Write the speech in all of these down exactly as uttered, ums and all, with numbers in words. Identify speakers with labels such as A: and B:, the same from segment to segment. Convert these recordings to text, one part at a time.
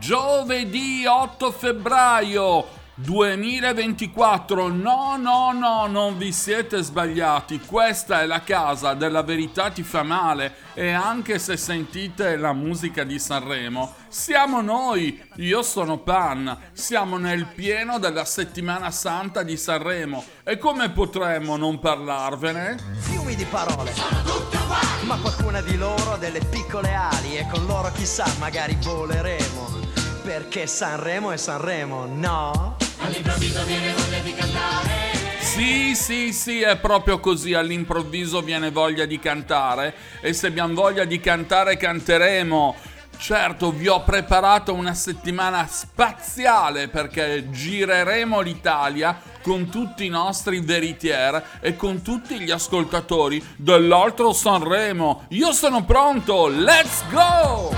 A: Giovedì otto febbraio duemilaventiquattro. No, no, no, non vi siete sbagliati. Questa è la casa della Verità ti fa male. E anche se sentite la musica di Sanremo, siamo noi. Io sono Pan. Siamo nel pieno della settimana santa di Sanremo. E come potremmo non parlarvene?
B: Fiumi di parole, sono tutte uguali, ma qualcuna di loro ha delle piccole ali e con loro chissà magari voleremo. Perché Sanremo è Sanremo, no?
C: All'improvviso viene voglia di cantare.
A: Sì, sì, sì, è proprio così, all'improvviso viene voglia di cantare e se abbiamo voglia di cantare canteremo. Certo, vi ho preparato una settimana spaziale perché gireremo l'Italia con tutti i nostri veritier e con tutti gli ascoltatori dell'altro Sanremo. Io sono pronto, let's go!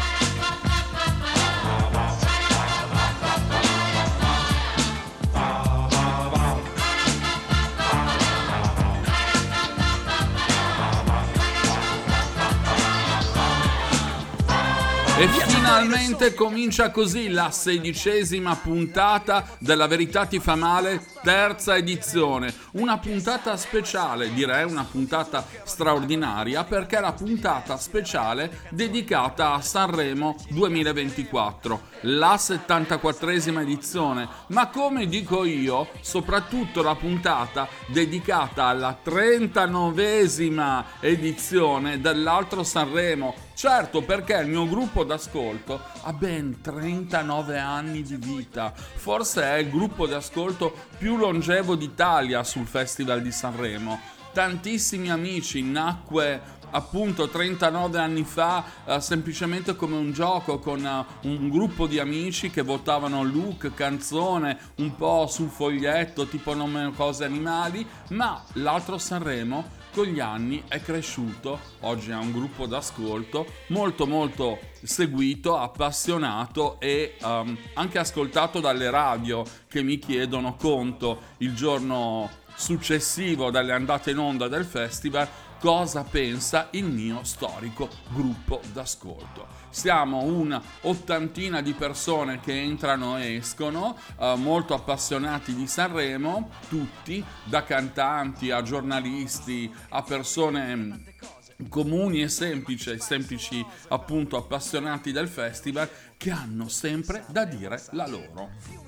A: E finalmente comincia così la sedicesima puntata della Verità ti fa male, terza edizione. Una puntata speciale, direi una puntata straordinaria, perché è la puntata speciale dedicata a Sanremo duemilaventiquattro, la settantaquattresima edizione. Ma come dico io, soprattutto la puntata dedicata alla trentanovesima edizione dell'altro Sanremo. Certo, perché il mio gruppo d'ascolto ha ben trentanove anni di vita. Forse è il gruppo d'ascolto più longevo d'Italia sul Festival di Sanremo. Tantissimi amici, nacque appunto trentanove anni fa eh, semplicemente come un gioco con uh, un gruppo di amici che votavano look, canzone, un po' sul foglietto, tipo nome cose animali, ma l'altro Sanremo con gli anni è cresciuto, oggi è un gruppo d'ascolto molto molto seguito, appassionato e um, anche ascoltato dalle radio che mi chiedono conto il giorno successivo dalle andate in onda del festival cosa pensa il mio storico gruppo d'ascolto. Siamo una ottantina di persone che entrano e escono, eh, molto appassionati di Sanremo, tutti, da cantanti a giornalisti a persone comuni e semplici, semplici appunto appassionati del festival che hanno sempre da dire la loro.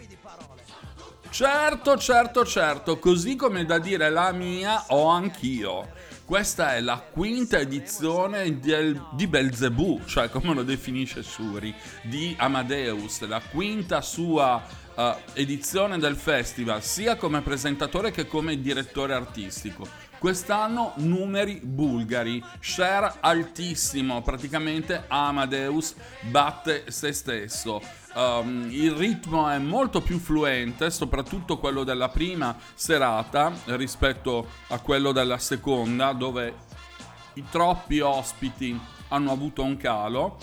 A: Certo, certo, certo, così come da dire la mia ho anch'io. Questa è la quinta edizione del, di Belzebù, cioè come lo definisce Suri, di Amadeus, la quinta sua uh, edizione del festival, sia come presentatore che come direttore artistico. Quest'anno numeri bulgari, share altissimo, praticamente Amadeus batte se stesso. Um, il ritmo è molto più fluente, soprattutto quello della prima serata rispetto a quello della seconda, dove i troppi ospiti hanno avuto un calo.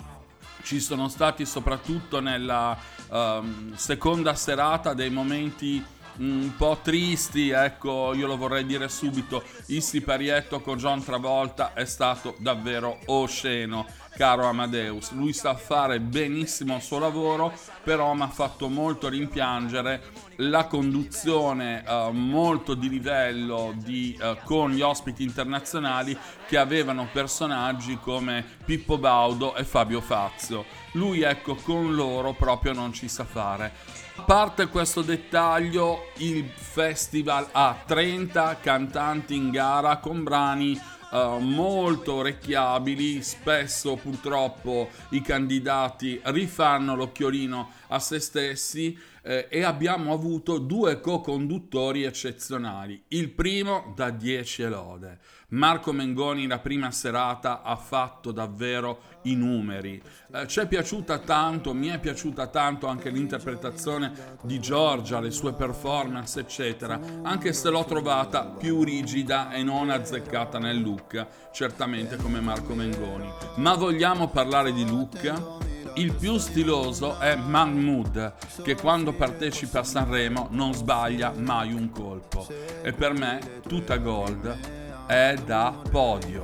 A: Ci sono stati soprattutto nella um, seconda serata dei momenti un po' tristi, ecco, io lo vorrei dire subito, il siparietto con John Travolta è stato davvero osceno, caro Amadeus. Lui sa fare benissimo il suo lavoro, però mi ha fatto molto rimpiangere la conduzione uh, molto di livello di, uh, con gli ospiti internazionali che avevano personaggi come Pippo Baudo e Fabio Fazio. Lui, ecco, con loro proprio non ci sa fare. A parte questo dettaglio, il festival ha trenta cantanti in gara con brani uh, molto orecchiabili. Spesso purtroppo i candidati rifanno l'occhiolino a se stessi eh, e abbiamo avuto due co-conduttori eccezionali. Il primo da dieci lode. Marco Mengoni la prima serata ha fatto davvero i numeri. Eh, ci è piaciuta tanto, mi è piaciuta tanto anche l'interpretazione di Giorgia, le sue performance eccetera, anche se l'ho trovata più rigida e non azzeccata nel look, certamente come Marco Mengoni. Ma vogliamo parlare di look? Il più stiloso è Mahmood, che quando partecipa a Sanremo non sbaglia mai un colpo. E per me tutta Gold è da podio.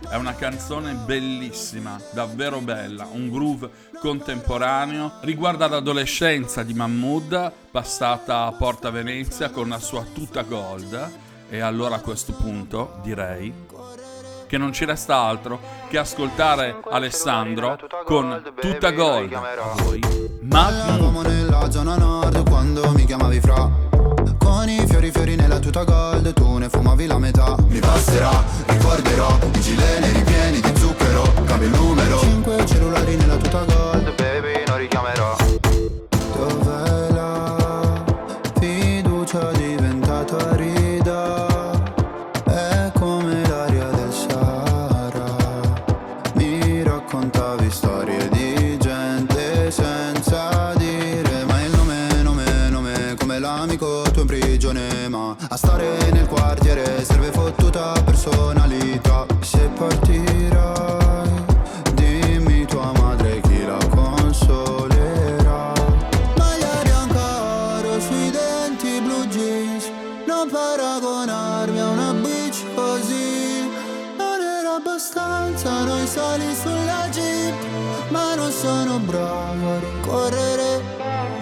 A: È una canzone bellissima, davvero bella, un groove contemporaneo, riguarda l'adolescenza di Mahmood passata a Porta Venezia con la sua tuta gold, e allora a questo punto direi che non ci resta altro che ascoltare Alessandro con Tutta Gold. A voi
D: Mahmood. Nella zona nord quando mi chiamavi fra, con i fiori fiori nella tuta gold, tu ne fumavi la metà. Mi passerà, ricorderò i gileni ripieni di zucchero, cambio il numero, cinque cellulari nella tuta gold, baby non richiamerò. Dov'è la fiducia diventata rida? È come l'aria del Sahara. Mi raccontavi storie di gente senza dire mai il nome, nome, nome, come l'amico tuo in prigione, ma a stare nel quartiere serve fottuta personalità. Se partirai, dimmi tua madre chi la consolerà. Magliare ancora sui denti, blue jeans, non paragonarmi a una bitch così. Non era abbastanza noi sali sulla jeep, ma non sono bravo a rincorrere.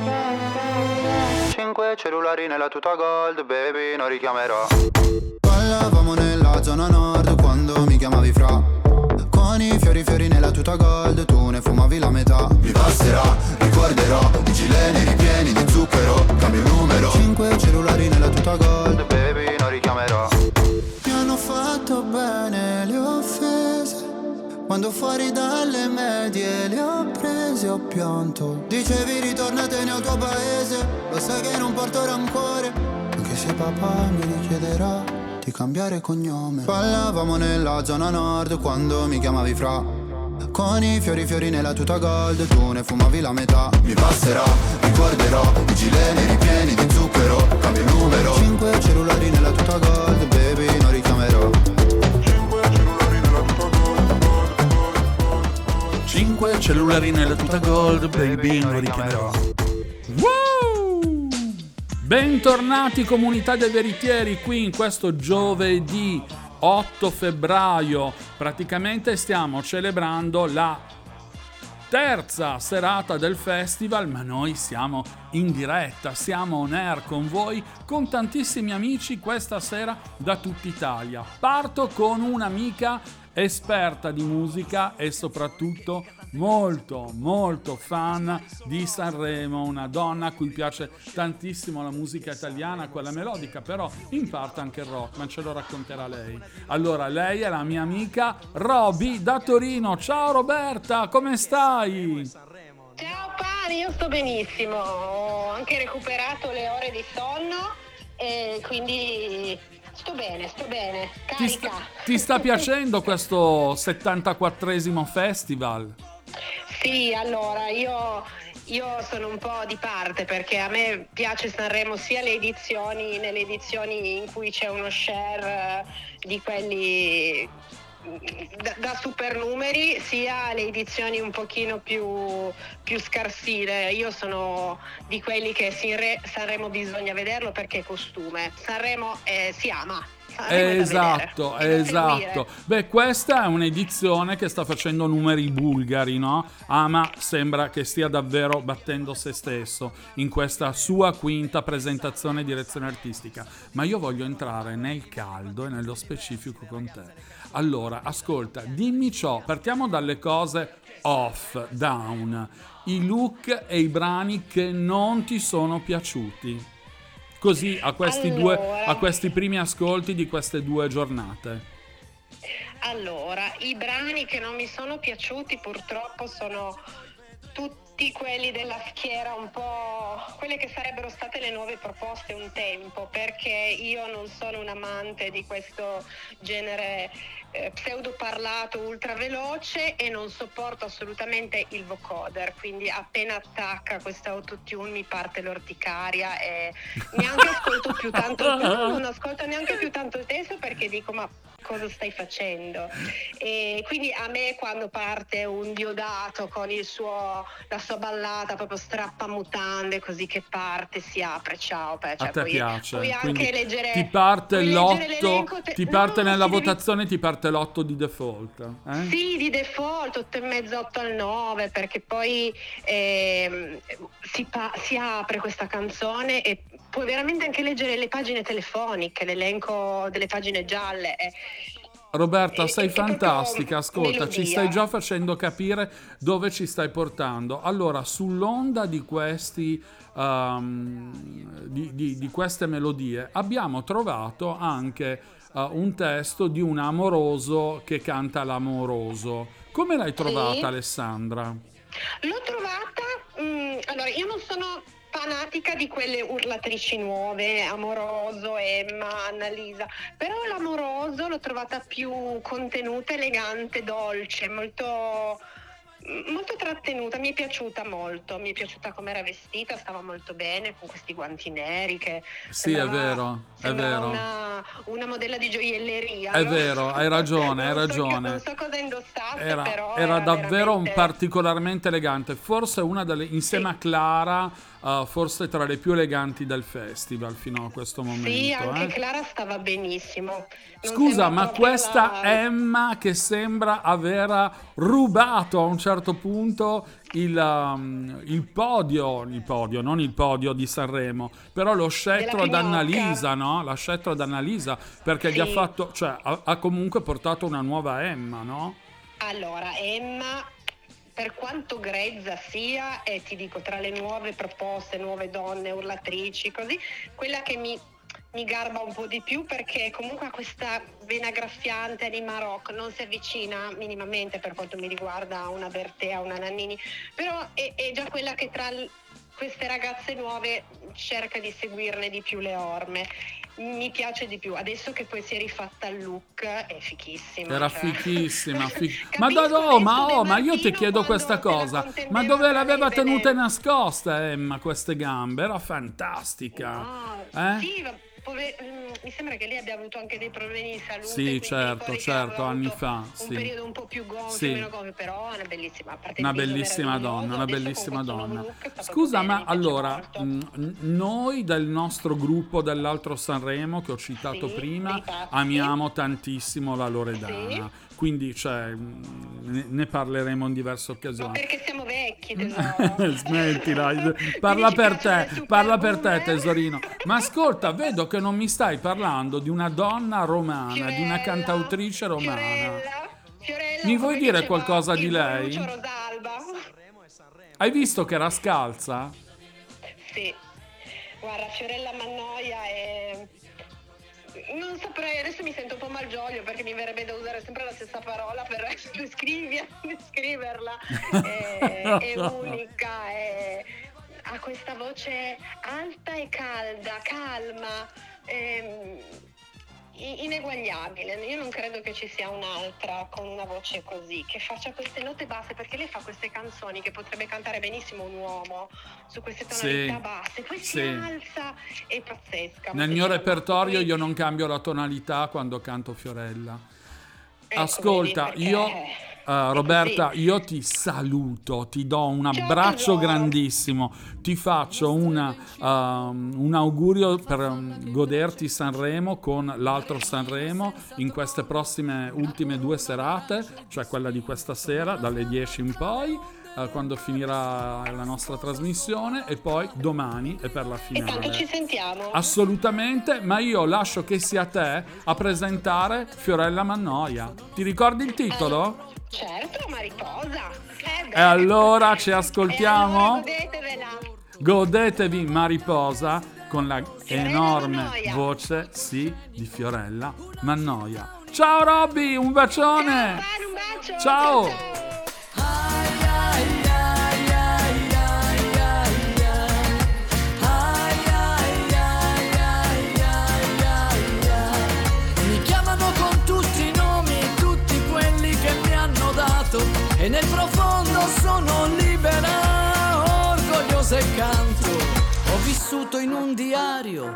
D: Cinque cellulari nella tuta gold, baby non richiamerò. Ballavamo nella zona nord quando mi chiamavi fra, con i fiori fiori nella tuta gold, tu ne fumavi la metà. Mi passerà, ricorderò i gileni ripieni di zucchero, cambio il numero, cinque cellulari nella tuta gold, baby non richiamerò. Mi hanno fatto bene le offese, quando fuori dalle medie le ho prese, ho pianto. Dicevi ritornatene al tuo paese, lo sai che non porto rancore, anche se papà mi richiederà di cambiare cognome. Ballavamo nella zona nord quando mi chiamavi fra, con i fiori fiori nella tuta gold, tu ne fumavi la metà. Mi passerà, ricorderò i gileni ripieni di zucchero, cambio il numero, cinque cellulari nella tuta gold, baby non richiamerò.
A: Cinque cellulari nella tuta gold, baby non richiamerò. Woo! Bentornati comunità dei veritieri qui in questo giovedì otto febbraio. Praticamente stiamo celebrando la terza serata del festival, ma noi siamo in diretta, siamo on air con voi, con tantissimi amici questa sera da tutta Italia. Parto con un'amica esperta di musica e soprattutto molto molto fan di Sanremo, una donna a cui piace tantissimo la musica italiana, quella melodica, però in parte anche il rock, ma ce lo racconterà lei. Allora, lei è la mia amica Roby da Torino. Ciao Roberta, come stai?
E: Ciao Pani, io sto benissimo, ho anche recuperato le ore di sonno e quindi sto bene, sto bene, carica.
A: Ti sta, ti sta piacendo questo settantaquattresimo festival?
E: Sì, allora io, io sono un po' di parte perché a me piace Sanremo sia le edizioni, nelle edizioni in cui c'è uno share di quelli da, da supernumeri, sia le edizioni un pochino più, più scarsine. Io sono di quelli che Sanre, Sanremo bisogna vederlo perché è costume. Sanremo eh, si ama.
A: Esatto, esatto. Beh, questa è un'edizione che sta facendo numeri bulgari, no? Ama sembra che stia davvero battendo se stesso in questa sua quinta presentazione e direzione artistica. Ma io voglio entrare nel caldo e nello specifico con te. Allora, ascolta, dimmi ciò, partiamo dalle cose off, down, i look e i brani che non ti sono piaciuti. Così a questi
E: allora,
A: due a questi primi ascolti di queste due giornate.
E: Allora, i brani che non mi sono piaciuti purtroppo sono tutti quelli della schiera, un po' quelle che sarebbero state le nuove proposte un tempo, perché io non sono un amante di questo genere eh, pseudo parlato ultra veloce e non sopporto assolutamente il vocoder, quindi appena attacca questo autotune mi parte l'orticaria e neanche ascolto più tanto, non ascolto neanche più tanto il testo perché dico ma cosa stai facendo? E quindi a me quando parte un Diodato con il suo, la sua ballata proprio strappamutande così che parte, si apre, ciao, cioè,
A: a te
E: puoi,
A: piace,
E: puoi anche
A: quindi
E: leggere,
A: ti parte
E: puoi
A: l'otto,
E: te-
A: ti parte
E: no,
A: nella
E: ti devi-
A: votazione, ti parte l'otto di default, eh?
E: Sì, di default otto e mezzo, otto al nove, perché poi ehm, si, pa- si apre questa canzone e puoi veramente anche leggere le pagine telefoniche, l'elenco delle pagine gialle. eh.
A: Roberta,
E: È-
A: sei
E: è- è proprio
A: fantastica, ascolta,
E: melodia.
A: ci stai già facendo capire dove ci stai portando. Allora, sull'onda di questi um, di, di- di queste melodie abbiamo trovato anche uh, un testo di un amoroso che canta l'amoroso. Come l'hai trovata,
E: Sì.
A: Alessandra?
E: L'ho trovata, mm, allora io non sono fanatica di quelle urlatrici nuove, Amoroso, Emma, Annalisa, però l'Amoroso l'ho trovata più contenuta, elegante, dolce, molto, molto trattenuta, mi è piaciuta molto, mi è piaciuta come era vestita, stava molto bene con questi guanti neri che
A: Sì, è
E: sembrava-
A: vero, è
E: sembrava
A: vero.
E: Una, una modella di gioielleria.
A: È
E: no?
A: vero, hai ragione, hai
E: Non so che-
A: ragione.
E: non so cosa indossasse,
A: Era,
E: però
A: era davvero un
E: veramente-
A: particolarmente elegante, forse una delle, insieme
E: Sì.
A: a Clara, uh, forse tra le più eleganti del festival fino a questo momento.
E: Sì, anche
A: eh.
E: Clara stava benissimo. Non
A: Scusa,
E: sembra
A: ma
E: proprio
A: questa
E: la-
A: Emma che sembra aver rubato a un certo punto il, um, il podio, il podio, non il podio di Sanremo, però lo scettro ad
E: Della Pinocca.
A: Annalisa, no? La scettro ad Annalisa, perché gli ha
E: Sì.
A: fatto, cioè ha, ha comunque portato una nuova Emma, no?
E: Allora, Emma, per quanto grezza sia, e ti dico, tra le nuove proposte, nuove donne urlatrici, così, quella che mi, mi garba un po' di più, perché comunque ha questa vena graffiante, anima rock, non si avvicina minimamente per quanto mi riguarda a una Bertea, a una Nannini, però è, è già quella che tra l- queste ragazze nuove cerca di seguirne di più le orme. Mi piace di più, adesso che poi si è rifatta il look, è fichissima.
A: Era
E: cioè.
A: fichissima, fich- ma,
E: Capisco
A: da, oh,
E: adesso
A: ma,
E: De
A: oh, ma io ti
E: Martino
A: chiedo
E: quando
A: questa
E: se la
A: cosa,
E: contendeva
A: ma dove
E: tra
A: l'aveva
E: lei e
A: tenute
E: Venezia.
A: nascosta Emma queste gambe? Era fantastica.
E: No,
A: eh?
E: sì, ma pove- mm, mi sembra che lei abbia avuto anche dei problemi di salute.
A: Sì,
E: quindi
A: certo,
E: ricordi che
A: certo,
E: aveva
A: anni
E: avuto
A: fa,
E: Un
A: sì.
E: periodo un po' più gonfio,
A: Sì.
E: meno gonfio, però è una bellissima, a parte il
A: Una
E: viso
A: bellissima
E: meraviglioso,
A: donna, una
E: adesso con
A: bellissima
E: questo nuovo
A: donna.
E: look sta proprio
A: Scusa,
E: bene,
A: ma
E: mi piace
A: allora,
E: molto.
A: mh, noi del nostro gruppo dell'altro Sanremo che ho citato
E: Sì,
A: prima
E: dei pazzi.
A: amiamo tantissimo la Loredana,
E: Sì.
A: quindi cioè, mh, ne, ne parleremo in diverse
E: Ma
A: occasioni.
E: perché siamo vecchi, tesoro.
A: Smettila,
E: Mi
A: parla
E: dici
A: per
E: piacciono le
A: te,
E: super
A: parla per te
E: boomer?
A: tesorino. Ma ascolta, vedo che non mi stai parlando di una donna romana, di una
E: Fiorella,
A: cantautrice romana.
E: Fiorella, Fiorella,
A: Mi vuoi
E: come
A: dire
E: diceva
A: qualcosa
E: il
A: di
E: buon
A: lei?
E: Lucio Rosalba.
A: Hai visto che era scalza?
E: Sì, guarda, Fiorella Mannoia è... Non saprei, adesso mi sento un po' malgioglio perché mi verrebbe da usare sempre la stessa parola per descrivi- descriverla. È, è unica, è... ha questa voce alta e calda, calma, è... ineguagliabile. Io non credo che ci sia un'altra con una voce così, che faccia queste note basse, perché lei fa queste canzoni che potrebbe cantare benissimo un uomo su queste tonalità
A: Sì,
E: basse, poi
A: sì.
E: si alza, è pazzesca.
A: Nel
E: mi
A: mio
E: piace
A: repertorio
E: molto.
A: io non cambio la tonalità quando canto Fiorella.
E: Ecco,
A: Ascolta,
E: vedi, perché
A: io
E: è
A: uh, Roberta,
E: così.
A: io ti saluto, ti do un
E: Ciao,
A: abbraccio
E: tesoro.
A: grandissimo, ti faccio una, um, un augurio per um, goderti Sanremo con l'altro Sanremo in queste prossime ultime due serate, cioè quella di questa sera dalle dieci in poi, uh, quando finirà la nostra trasmissione, e poi domani è per la
E: E tanto ci
A: finale.
E: sentiamo.
A: Assolutamente, ma io lascio che sia te a presentare Fiorella Mannoia. Ti ricordi il titolo?
E: Certo, Mariposa. Eh beh.
A: E allora ci
E: E
A: ascoltiamo?
E: allora godetevela.
A: Godetevi Mariposa con la enorme
E: Mannoia.
A: voce, sì, di Fiorella Mannoia. Ciao Robby, un bacione!
E: Ciao, Fran, un bacio.
A: Ciao.
E: ciao.
F: Mi chiamano con tutti i nomi, tutti quelli che mi hanno dato, e nel profondo sono libera, orgogliosa e canto. Ho vissuto in un diario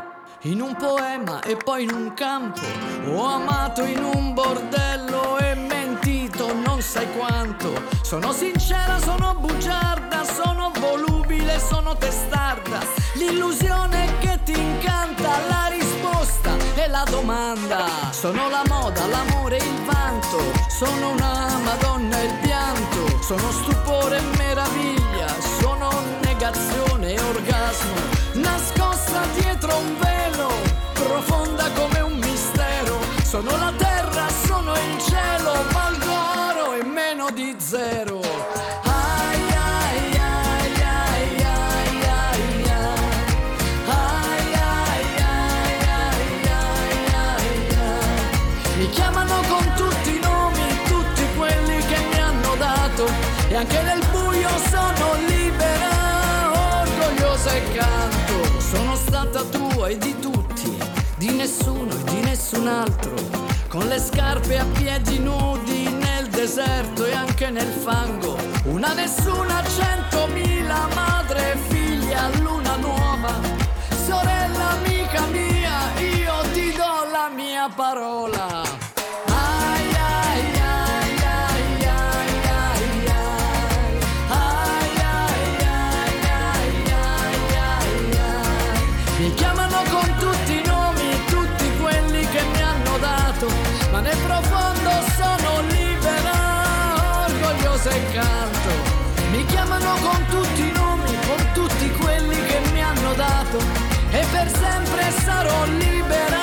F: in un poema e poi in un campo. Ho amato in un bordello e mentito non sai quanto. Sono sincera, sono bugiarda, sono volubile, sono testarda. L'illusione che ti incanta, la risposta e la domanda. Sono la moda, l'amore, il vanto. Sono una madonna e il pianto. Sono stupore e meraviglia. Sono negazione e orgasmo. Nascosta dietro un velo, profonda come un mistero. Sono la terra, sono il cielo, valgo oro e meno di zero. Ai ai ai ai ai ai ai ai ai ai ai. Mi chiamano con tutti i nomi, tutti quelli che mi hanno dato, e anche nel buio sono libera, orgogliosa e canto. Sono stata tua e di tutti, di nessuno e di nessun altro, con le scarpe a piedi nudi nel deserto e anche nel fango. Una nessuna, centomila, madre, figlia, luna nuova, sorella, amica mia, io ti do la mia parola. Ai ai ai ai ai ai ai ai ai ai ai ai ai. Mi chiamano con tutti i nomi, tutti quelli che mi hanno dato, ma nel profondo sono libera, orgogliosa e canto. Mi chiamano con tutti i nomi, con tutti quelli che mi hanno dato, e per sempre sarò libera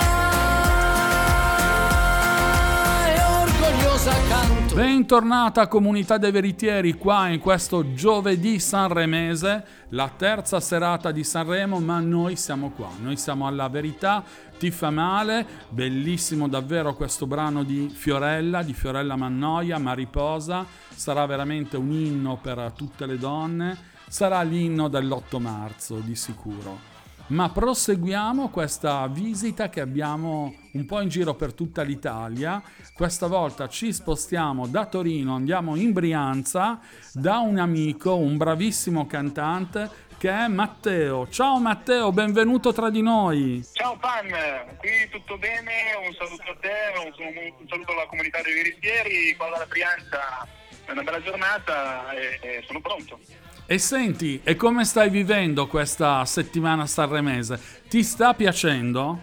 F: e orgogliosa canto.
A: Bentornata comunità dei veritieri qua in questo giovedì sanremese, la terza serata di Sanremo, ma noi siamo qua, noi siamo alla Verità. Ti fa male, bellissimo davvero questo brano di Fiorella, di Fiorella Mannoia, Mariposa, sarà veramente un inno per tutte le donne, sarà l'inno dell'otto marzo di sicuro. Ma proseguiamo questa visita che abbiamo un po' in giro per tutta l'Italia. Questa volta ci spostiamo da Torino, andiamo in Brianza da un amico, un bravissimo cantante che è Matteo. Ciao Matteo, benvenuto tra di noi.
G: Ciao Pan, qui tutto bene, un saluto a te, un, un saluto alla comunità dei veritieri, qua dalla Brianza, è una bella giornata e, e sono pronto.
A: E senti, e come stai vivendo questa settimana sanremese? Ti sta piacendo?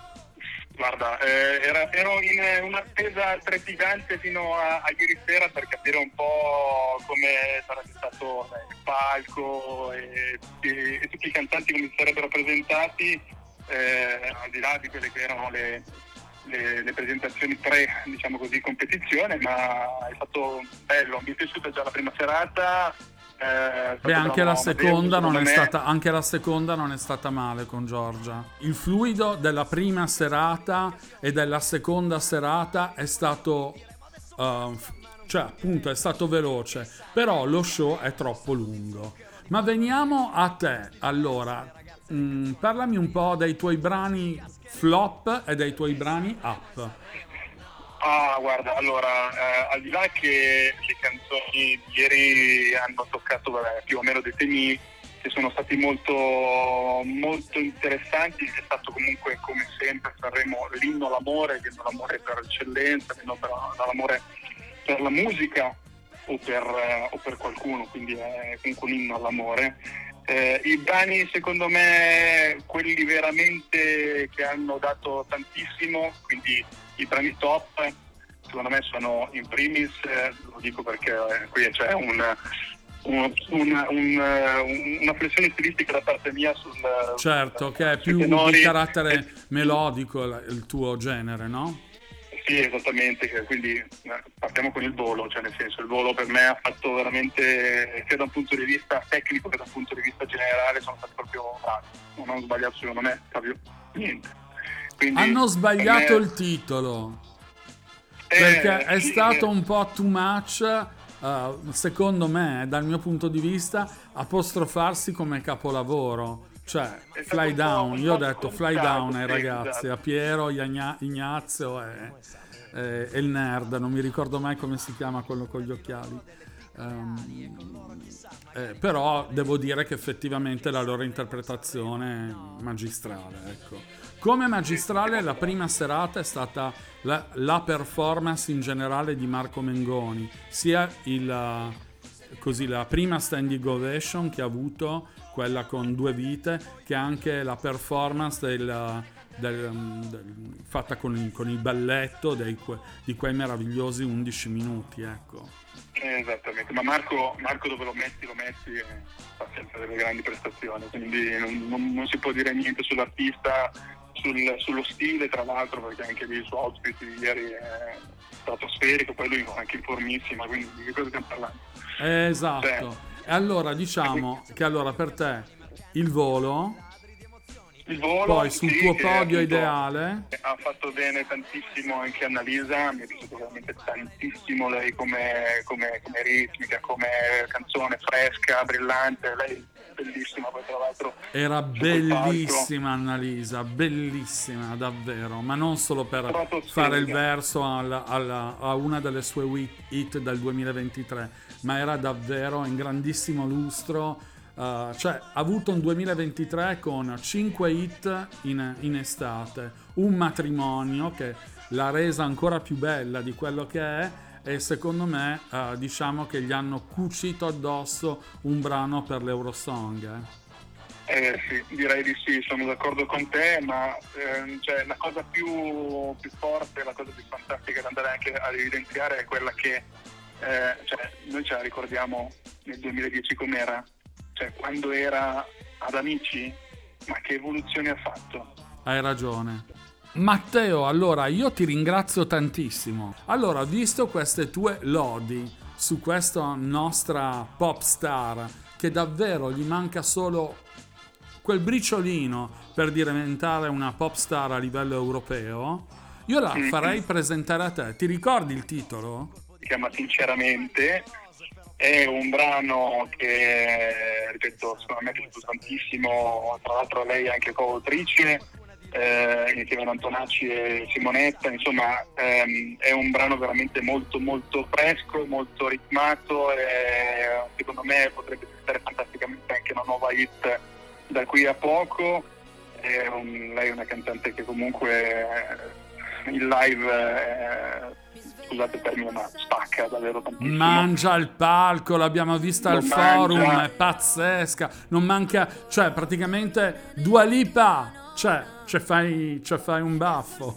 G: Guarda, eh, era, ero in un'attesa trepidante fino a, a ieri sera per capire un po' come sarebbe stato eh, il palco e, e, e tutti i cantanti come si sarebbero presentati, eh, al di là di quelle che erano le, le, le presentazioni pre, diciamo così, competizione, ma è stato bello, mi è piaciuta già la prima serata. Eh,
A: Beh, anche la seconda non è
G: me.
A: stata anche la seconda non è stata male con Giorgia. Il fluido della prima serata e della seconda serata è stato uh, cioè appunto è stato veloce, però lo show è troppo lungo. Ma veniamo a te. Allora, mh, parlami un po' dei tuoi brani flop e dei tuoi brani up.
G: Ah, guarda, allora, eh, al di là che le canzoni di ieri hanno toccato vabbè, più o meno dei temi che sono stati molto, molto interessanti, è stato comunque, come sempre, Sanremo l'inno all'amore, l'inno all'amore per eccellenza, l'inno per, all'amore per la musica o per, eh, o per qualcuno, quindi è comunque un inno all'amore. Eh, I brani, secondo me, quelli veramente che hanno dato tantissimo, quindi i brani top, secondo me sono in primis, eh, lo dico perché eh, qui c'è un, un, un, un, una flessione stilistica da parte mia sul...
A: Certo,
G: sul,
A: che è più
G: tenori,
A: di carattere
G: e,
A: melodico il tuo genere, no?
G: Sì, esattamente, quindi eh, partiamo con il volo, cioè nel senso il volo per me ha fatto veramente, sia da un punto di vista tecnico che da un punto di vista generale, sono stati proprio bravi, non hanno sbagliato secondo me proprio niente. Quindi,
A: hanno sbagliato
G: me...
A: il titolo
G: eh,
A: perché è
G: sì,
A: stato
G: eh.
A: un po' too much, uh, secondo me, dal mio punto di vista, apostrofarsi come capolavoro, cioè Fly Down. Io ho detto Fly Down ai ragazzi, a Piero, Igna- Ignazio e, e, e il nerd, non mi ricordo mai come si chiama quello con gli occhiali. Um, eh, però devo dire che effettivamente la loro interpretazione è magistrale, ecco. Come magistrale la prima serata è stata la, la performance in generale di Marco Mengoni, sia il, così, la prima standing ovation che ha avuto, quella con Due Vite, che anche la performance del, del, del, fatta con il, con il balletto dei, di quei meravigliosi undici minuti, ecco.
G: Esattamente, ma Marco, Marco dove lo metti lo metti e fa sempre delle grandi prestazioni, quindi non, non, non si può dire niente sull'artista, sul, sullo stile, tra l'altro, perché anche lì il suo outfit di ieri è stratosferico, poi lui anche in formissima, quindi di che cosa stiamo parlando?
A: Esatto. Cioè, e allora diciamo che allora per te il volo,
G: il volo
A: poi sul
G: sì,
A: tuo
G: che,
A: podio
G: appunto,
A: ideale
G: ha fatto bene tantissimo anche Annalisa, mi è piaciuto veramente tantissimo lei come, come, come ritmica, come canzone fresca, brillante, lei bellissima, poi tra l'altro
A: era bellissima Annalisa, bellissima davvero, ma non solo per fare il verso alla, alla, a una delle sue hit del duemilaventitré, ma era davvero in grandissimo lustro. Uh, cioè ha avuto un duemilaventitré con cinque hit in, in estate, un matrimonio che l'ha resa ancora più bella di quello che è, e secondo me uh, diciamo che gli hanno cucito addosso un brano per l'Eurosong. Eh,
G: eh sì, direi di sì, sono d'accordo con te, ma eh, cioè, la cosa più, più forte, la cosa più fantastica da andare anche ad evidenziare è quella che eh, cioè, noi ce la ricordiamo nel duemiladieci com'era. Cioè, quando era ad Amici, ma che evoluzione ha fatto?
A: Hai ragione. Matteo, allora io ti ringrazio tantissimo. Allora, visto queste tue lodi su questa nostra pop star, che davvero gli manca solo quel briciolino per diventare una pop star a livello europeo, io la farei presentare a te. Ti ricordi il titolo?
G: Si chiama Sinceramente. È un brano che, ripeto, secondo me è piaciuto tantissimo, tra l'altro lei è anche coautrice, eh, insieme ad Antonacci e Simonetta, insomma ehm, è un brano veramente molto molto fresco, molto ritmato, e secondo me potrebbe essere fantasticamente anche una nuova hit da qui a poco. È un, lei è una cantante che comunque eh, in live eh, scusate il termine, ma spacca davvero tantissimo.
A: Mangia il palco, l'abbiamo vista al forum, è pazzesca. Non manca, cioè praticamente Dua Lipa, cioè ci fai, fai un baffo.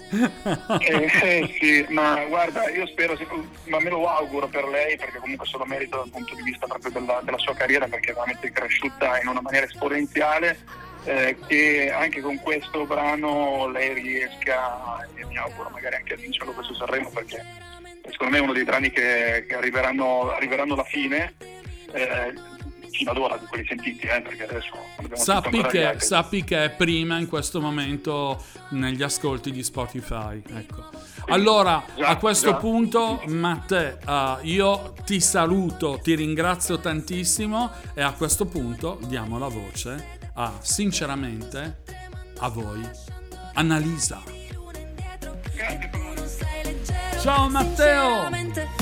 G: eh, eh, sì, ma guarda, io spero, ma me lo auguro per lei, perché comunque se lo merita dal punto di vista proprio della, della sua carriera, perché è veramente cresciuta in una maniera esponenziale. Eh, che anche con questo brano lei riesca, e mi auguro magari anche a vincerlo questo Sanremo, perché secondo me è uno dei brani che, che arriveranno, arriveranno alla fine, eh, fino ad ora di quelli sentiti, eh, perché adesso
A: sappi che, sappi che è prima in questo momento negli ascolti di Spotify, ecco. Allora già, a questo già. punto Matteo, uh, io ti saluto, ti ringrazio tantissimo, e a questo punto diamo la voce a, sinceramente, a voi, Annalisa. Ciao Matteo!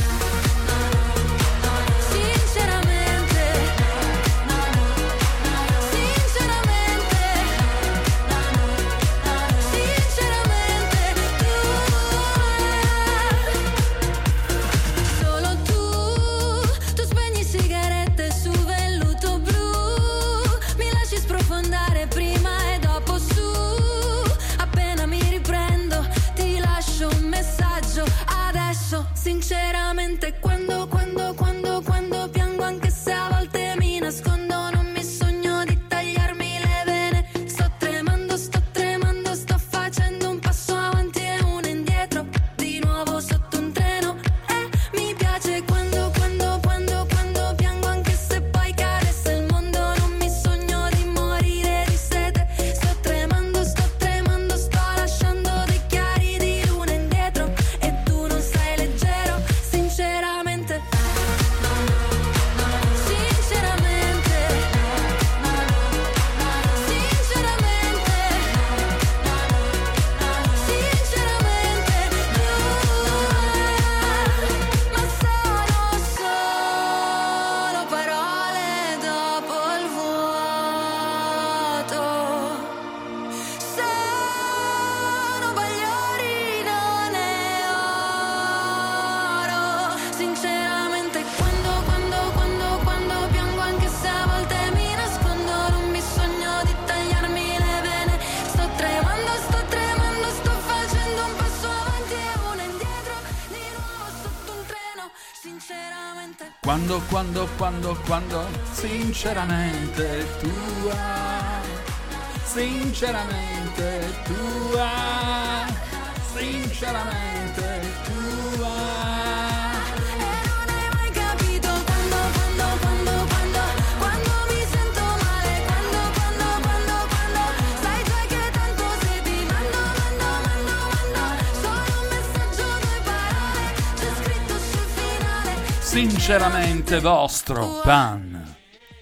H: Sinceramente quando, quando, quando, quando piango, anche se a volte mi nascondo, non mi sogno di tagliarmi le vene. Sto tremando, sto tremando, sto facendo un passo avanti e uno indietro, di nuovo sotto un treno. E mi piace quando, quando, quando, quando piango, anche se poi cadesse il mondo, non mi sogno di morire di sete. Sto tremando, sto tremando, sto lasciando dei chiari di luna indietro, e tu non sei leggero. Sinceramente Sinceramente
A: Quando, quando, quando, quando, sinceramente tua, sinceramente tua, sinceramente tua.
H: e non hai mai capito quando, quando, quando, quando, quando mi sento male, quando, quando, quando, quando, sai già che tanto se ti mando, mando, mando, mando, solo un messaggio, due parole, c'è scritto sul finale.
A: Sinceramente vostro, Pan.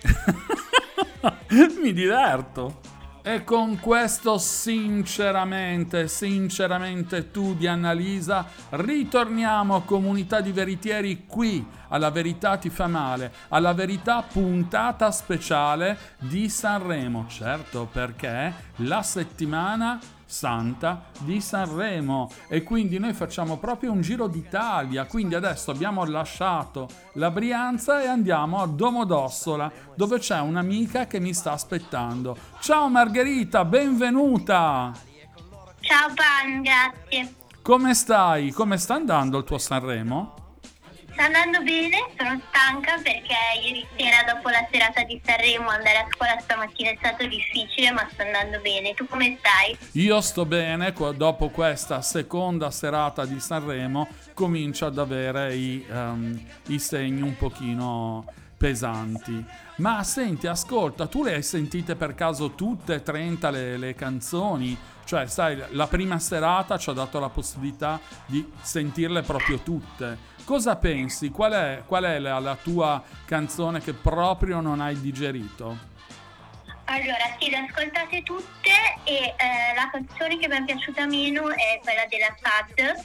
A: Mi diverto. E con questo sinceramente, sinceramente tu di Annalisa, ritorniamo a Comunità di Veritieri qui, alla Verità ti fa male, alla Verità puntata speciale di Sanremo. Certo, perché la settimana santa di Sanremo e quindi noi facciamo proprio un giro d'Italia. Quindi adesso abbiamo lasciato la Brianza e andiamo a Domodossola, dove c'è un'amica che mi sta aspettando. Ciao Margherita, benvenuta.
I: Ciao Pan, grazie.
A: Come stai? Come sta andando il tuo Sanremo?
I: Sta andando bene, sono stanca perché ieri sera dopo la serata di Sanremo andare a scuola stamattina è stato difficile, ma sta andando bene. Tu come stai?
A: Io sto bene, qua- dopo questa seconda serata di Sanremo comincio ad avere i, ehm, i segni un pochino pesanti. Ma senti, ascolta, tu le hai sentite per caso tutte e trenta le, le canzoni? Cioè, sai, la prima serata ci ha dato la possibilità di sentirle proprio tutte. Cosa pensi? Qual è, qual è la, la tua canzone che proprio non hai digerito?
I: Allora, sì, le ascoltate tutte e eh, la canzone che mi è piaciuta meno è quella della Sad.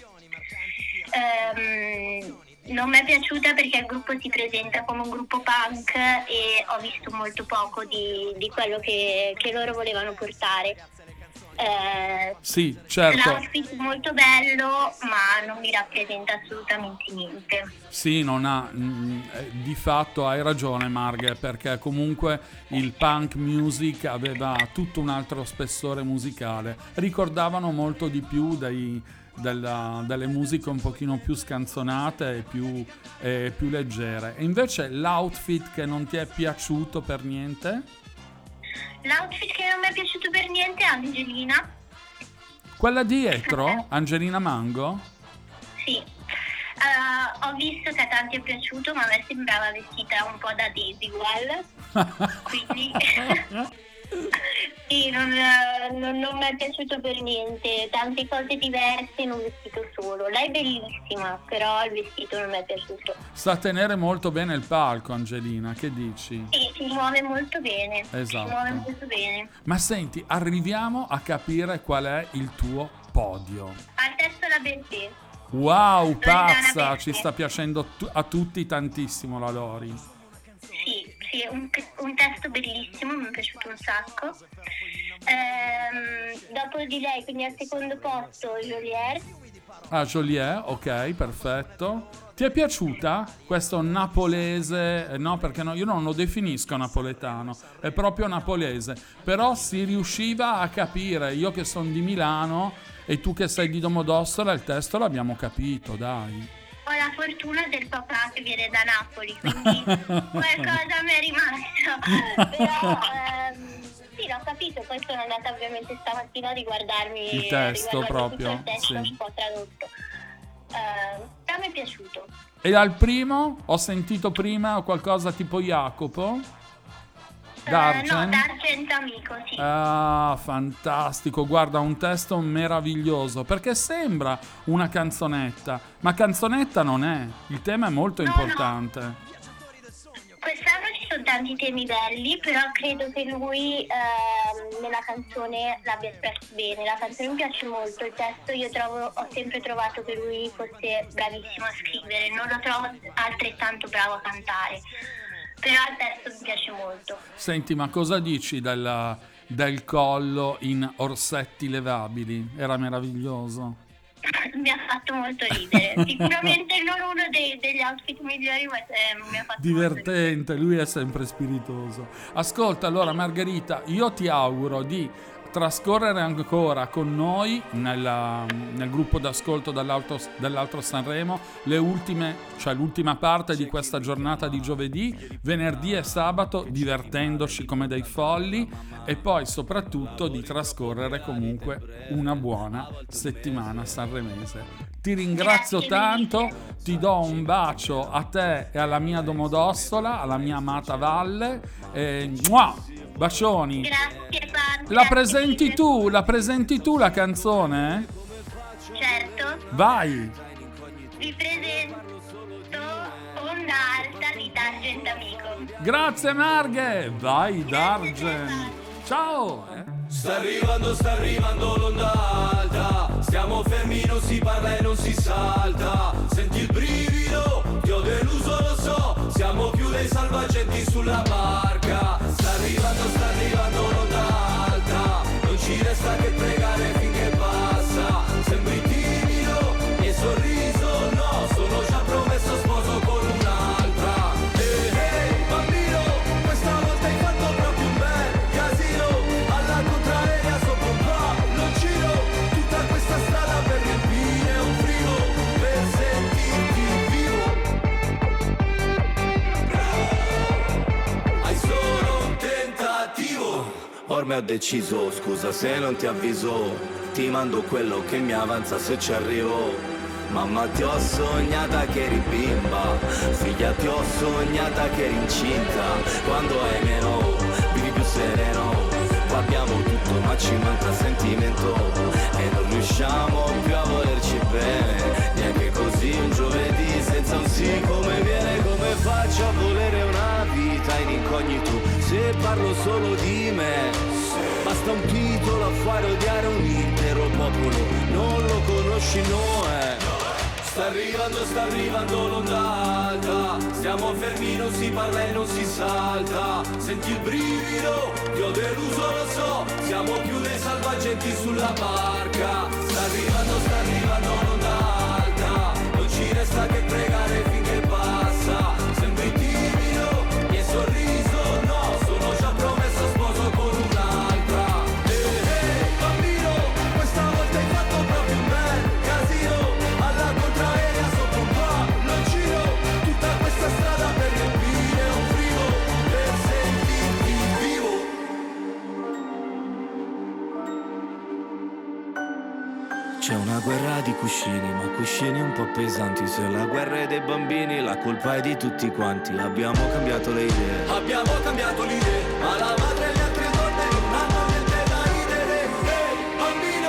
I: Ehm, non mi è piaciuta perché il gruppo si presenta come un gruppo punk e ho visto molto poco di, di quello che, che loro volevano portare. Eh,
A: Sì, certo.
I: L'outfit è molto bello, ma non mi rappresenta assolutamente niente.
A: Sì, non ha, mh, eh, di fatto hai ragione Marghe, perché comunque il punk music aveva tutto un altro spessore musicale. Ricordavano molto di più dei, della, delle musiche un pochino più scanzonate e più, eh, più leggere. E invece l'outfit che non ti è piaciuto per niente?
I: L'outfit che non mi è piaciuto per niente è Angelina.
A: Quella dietro, Angelina Mango?
I: Sì. Uh, ho visto che a tanti è piaciuto, ma a me sembrava vestita un po' da Desigual. Quindi sì, non, non, non mi è piaciuto per niente. Tante cose diverse in un vestito solo. Lei è bellissima, però il vestito non mi è piaciuto.
A: Sa tenere molto bene il palco, Angelina, che dici?
I: Sì, si muove molto bene.
A: Esatto.
I: Si muove molto bene.
A: Ma senti, arriviamo a capire qual è il tuo podio.
I: Al testo la Bertè.
A: Wow,
I: Loredana
A: pazza,
I: Bertè.
A: ci sta piacendo tu- a tutti tantissimo la Lori.
I: Sì, sì, un, un testo bellissimo, mi è piaciuto un sacco. Ehm, dopo di lei, quindi al secondo posto, Joliet.
A: Ah, Joliet, ok, perfetto. Ti è piaciuta questo napolese? Eh, No, perché no, io non lo definisco napoletano, è proprio napolese. Però si riusciva a capire, io che sono di Milano e tu che sei di Domodossola, il testo l'abbiamo capito, dai.
I: Ho la fortuna del papà che viene da Napoli, quindi qualcosa mi è rimasto. Però ehm, sì, l'ho capito, poi sono andata ovviamente stamattina a riguardarmi
A: Il testo
I: riguardarmi
A: proprio,
I: tutto il testo,
A: sì.
I: un po' tradotto. Eh, però mi è piaciuto.
A: E al primo ho sentito prima qualcosa tipo Jacopo?
I: Eh,
A: D'Argent?
I: no, D'Argent amico, sì.
A: Ah, fantastico, guarda, un testo meraviglioso, perché sembra una canzonetta, ma canzonetta non è, il tema è molto
I: No,
A: importante.
I: Quest'anno ci sono tanti temi belli, però credo che lui ehm, nella canzone l'abbia espresso bene. La canzone mi piace molto, il testo io trovo, ho sempre trovato che lui fosse bravissimo a scrivere, non lo trovo altrettanto bravo a cantare, però il testo mi piace molto.
A: Senti, ma cosa dici della- del collo in orsetti levabili? Era meraviglioso.
I: Mi ha fatto molto ridere, sicuramente non uno dei- degli outfit migliori, ma eh, mi ha fatto molto ridere.
A: Divertente, lui è sempre spiritoso. Ascolta, allora Margherita, io ti auguro di trascorrere ancora con noi nella, nel gruppo d'ascolto dall'altro, dall'altro Sanremo le ultime, cioè l'ultima parte di questa giornata di giovedì, venerdì e sabato, divertendoci come dei folli, e poi soprattutto di trascorrere comunque una buona settimana sanremese. Ti ringrazio tanto, ti do un bacio a te e alla mia Domodossola, alla mia amata Valle, e mua, bacioni.
I: Grazie, Pan.
A: La presenti tu, la presenti tu la canzone?
I: Certo.
A: Vai.
I: Vi presento Onda Alta di D'Argent Amico.
A: Grazie Marghe, vai D'Argent. Ciao. Eh.
J: Sta arrivando, sta arrivando l'onda alta. Stiamo fermi, non si parla e non si salta. Senti il brivido, ti ho deluso, lo so. Siamo più dei salvagenti sulla barca. Sta arrivando, sta arrivando l'onda alta. Non ci resta che pregare finché passa. Sembri timido, e sorriso no. Sono già promesso sposo con un'altra. Ehi, hey, hey, bambino, questa volta hai fatto proprio un bel casino. Alla contraria sopra un palloncino. Tutta questa strada per riempire un frigo, per sentirti vivo. Hai solo un tentativo. Ormai ho deciso, scusa se non ti avviso. Ti mando quello che mi avanza se ci arrivo. Mamma ti ho sognata che eri bimba. Figlia ti ho sognata che eri incinta. Quando hai meno, vivi più sereno. Qua abbiamo tutto ma ci manca sentimento. E non riusciamo più a volerci bene. Neanche così un giovedì senza un sì come viene. Come faccio a volere una vita in incognito se parlo solo di me? Basta un titolo a fare odiare un intero popolo. Non lo conosci, no è. Sta arrivando, sta arrivando l'onda alta. Stiamo fermi, non si parla e non si salta. Senti il brivido, ti ho deluso, lo so. Siamo più dei salvagenti sulla barca. Sta arrivando, sta arrivando l'onda alta. Non ci resta che pregare finché passa. Sembri timido, e sorriso no. Sono già promesso sposo con un'altra. Ehi, hey, bambino, questa volta hai fatto proprio un bel casino. Alla contraerea sopra un palloncino. Tutta questa strada per riempire un frigo, per sentirti vivo. C'è una guerra di cuscini, ma cuscini un po' pesanti. Se la guerra è dei bambini, la colpa è di tutti quanti. Abbiamo cambiato le idee. Abbiamo cambiato le idee, ma la madre e le altre donne non hanno niente da ridere. Ehi, bambino,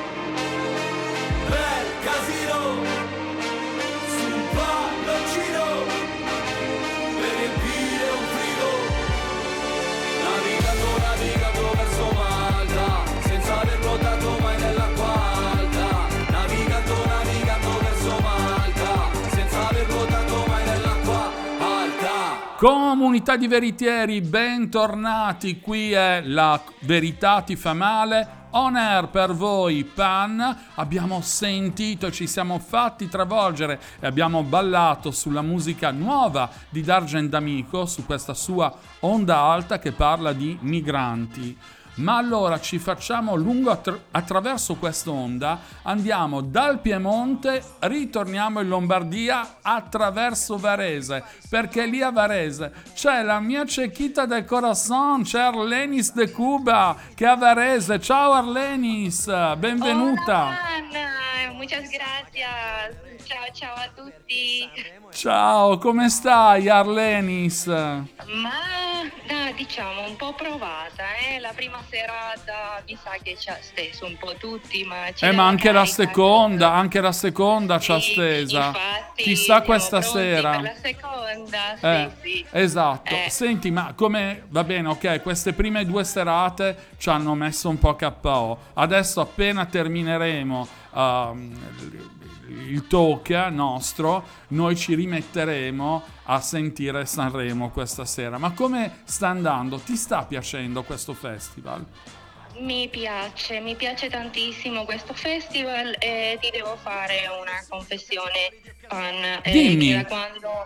J: bel casino, sul palloncino, per riempire un frigo. Navigando, navigando verso Malta, senza aver nuotato mai nell'acqua alta. Navigando, navigando verso Malta, senza aver nuotato mai nell'acqua alta.
A: Comunità di veritieri, bentornati, qui è la Verità ti fa male, on air per voi Pan. Abbiamo sentito, ci siamo fatti travolgere e abbiamo ballato sulla musica nuova di D'Argent Amico, su questa sua onda alta che parla di migranti. Ma allora ci facciamo lungo attra- attraverso quest'onda, andiamo dal Piemonte, ritorniamo in Lombardia attraverso Varese, perché lì a Varese c'è la mia cecchita del corazon, c'è Arlenis de Cuba che è a Varese. Ciao Arlenis, benvenuta.
E: Hola, muchas gracias. Ciao ciao a tutti.
A: Ciao, come stai Arlenis?
E: Ma no, diciamo un po' provata, eh? La prima serata mi sa che ci ha steso un po' tutti, ma ci
A: Eh, ma
E: dà
A: anche la
E: carica.
A: seconda, anche la seconda ci ha
E: Sì,
A: stesa.
E: infatti,
A: Chissà
E: siamo
A: questa
E: pronti
A: sera.
E: per la seconda, sì,
A: Eh,
E: sì.
A: esatto.
E: Eh.
A: Senti, ma come va bene, ok, queste prime due serate ci hanno messo un po' K O. Adesso appena termineremo um, il talk nostro, noi ci rimetteremo a sentire Sanremo questa sera. Ma come sta andando? Ti sta piacendo questo festival?
E: Mi piace, mi piace tantissimo questo festival e ti devo fare una confessione, Pan. Eh,
A: Dimmi.
E: che da quando,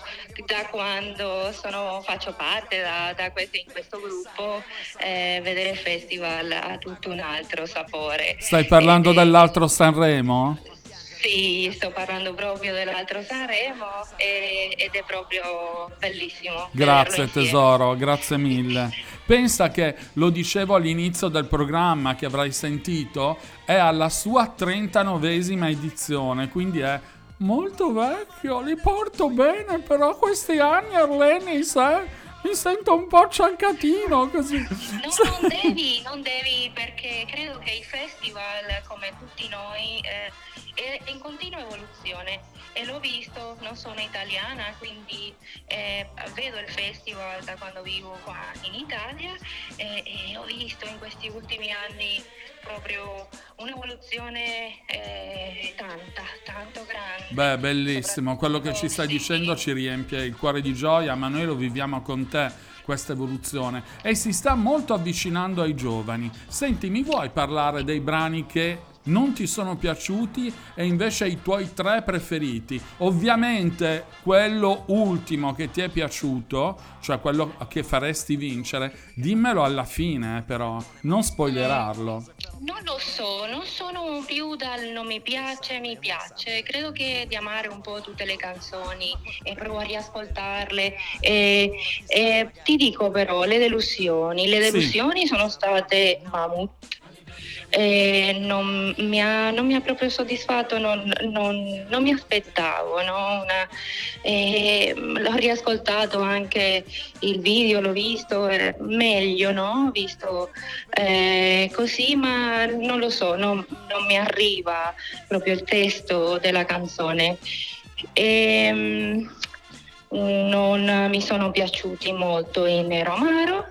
K: da quando sono, faccio parte da, da questo, in questo gruppo, eh, vedere il festival ha tutto un altro sapore.
A: Stai parlando
K: Ed-
A: dell'altro Sanremo?
K: Sì, sto parlando proprio dell'altro Sanremo e- ed è proprio bellissimo.
A: Grazie
K: vederlo insieme.
A: tesoro, grazie mille. Pensa che, lo dicevo all'inizio del programma che avrai sentito, è alla sua trentanovesima edizione, quindi è molto vecchio, li porto bene, però questi anni Arlene, sai, mi sento un po' ciancatino così.
K: No, non devi, non devi, perché credo che il festival, come tutti noi, eh, è in continua evoluzione e l'ho visto, non sono italiana, quindi eh, vedo il festival da quando vivo qua in Italia e, e ho visto in questi ultimi anni proprio un'evoluzione eh, tanta, tanto grande.
A: Beh, bellissimo, quello che ci stai dicendo ci riempie il cuore di gioia, ma noi lo viviamo con te, questa evoluzione, e si sta molto avvicinando ai giovani. Senti, mi vuoi parlare dei brani che non ti sono piaciuti e invece i tuoi tre preferiti? Ovviamente quello ultimo che ti è piaciuto, cioè quello che faresti vincere, dimmelo alla fine, eh, però non spoilerarlo.
K: Non lo so, non sono più dal non mi piace, mi piace. Credo che di amare un po' tutte le canzoni e provo a riascoltarle. E, e ti dico però, le delusioni. Le
A: Sì.
K: delusioni sono state Mammut. E non mi ha, non mi ha proprio soddisfatto, non, non, non mi aspettavo, no? Una, e l'ho riascoltato anche il video, l'ho visto eh, meglio, no? Ho visto eh, così, ma non lo so, non, non mi arriva proprio il testo della canzone. E, non mi sono piaciuti molto il Nero Amaro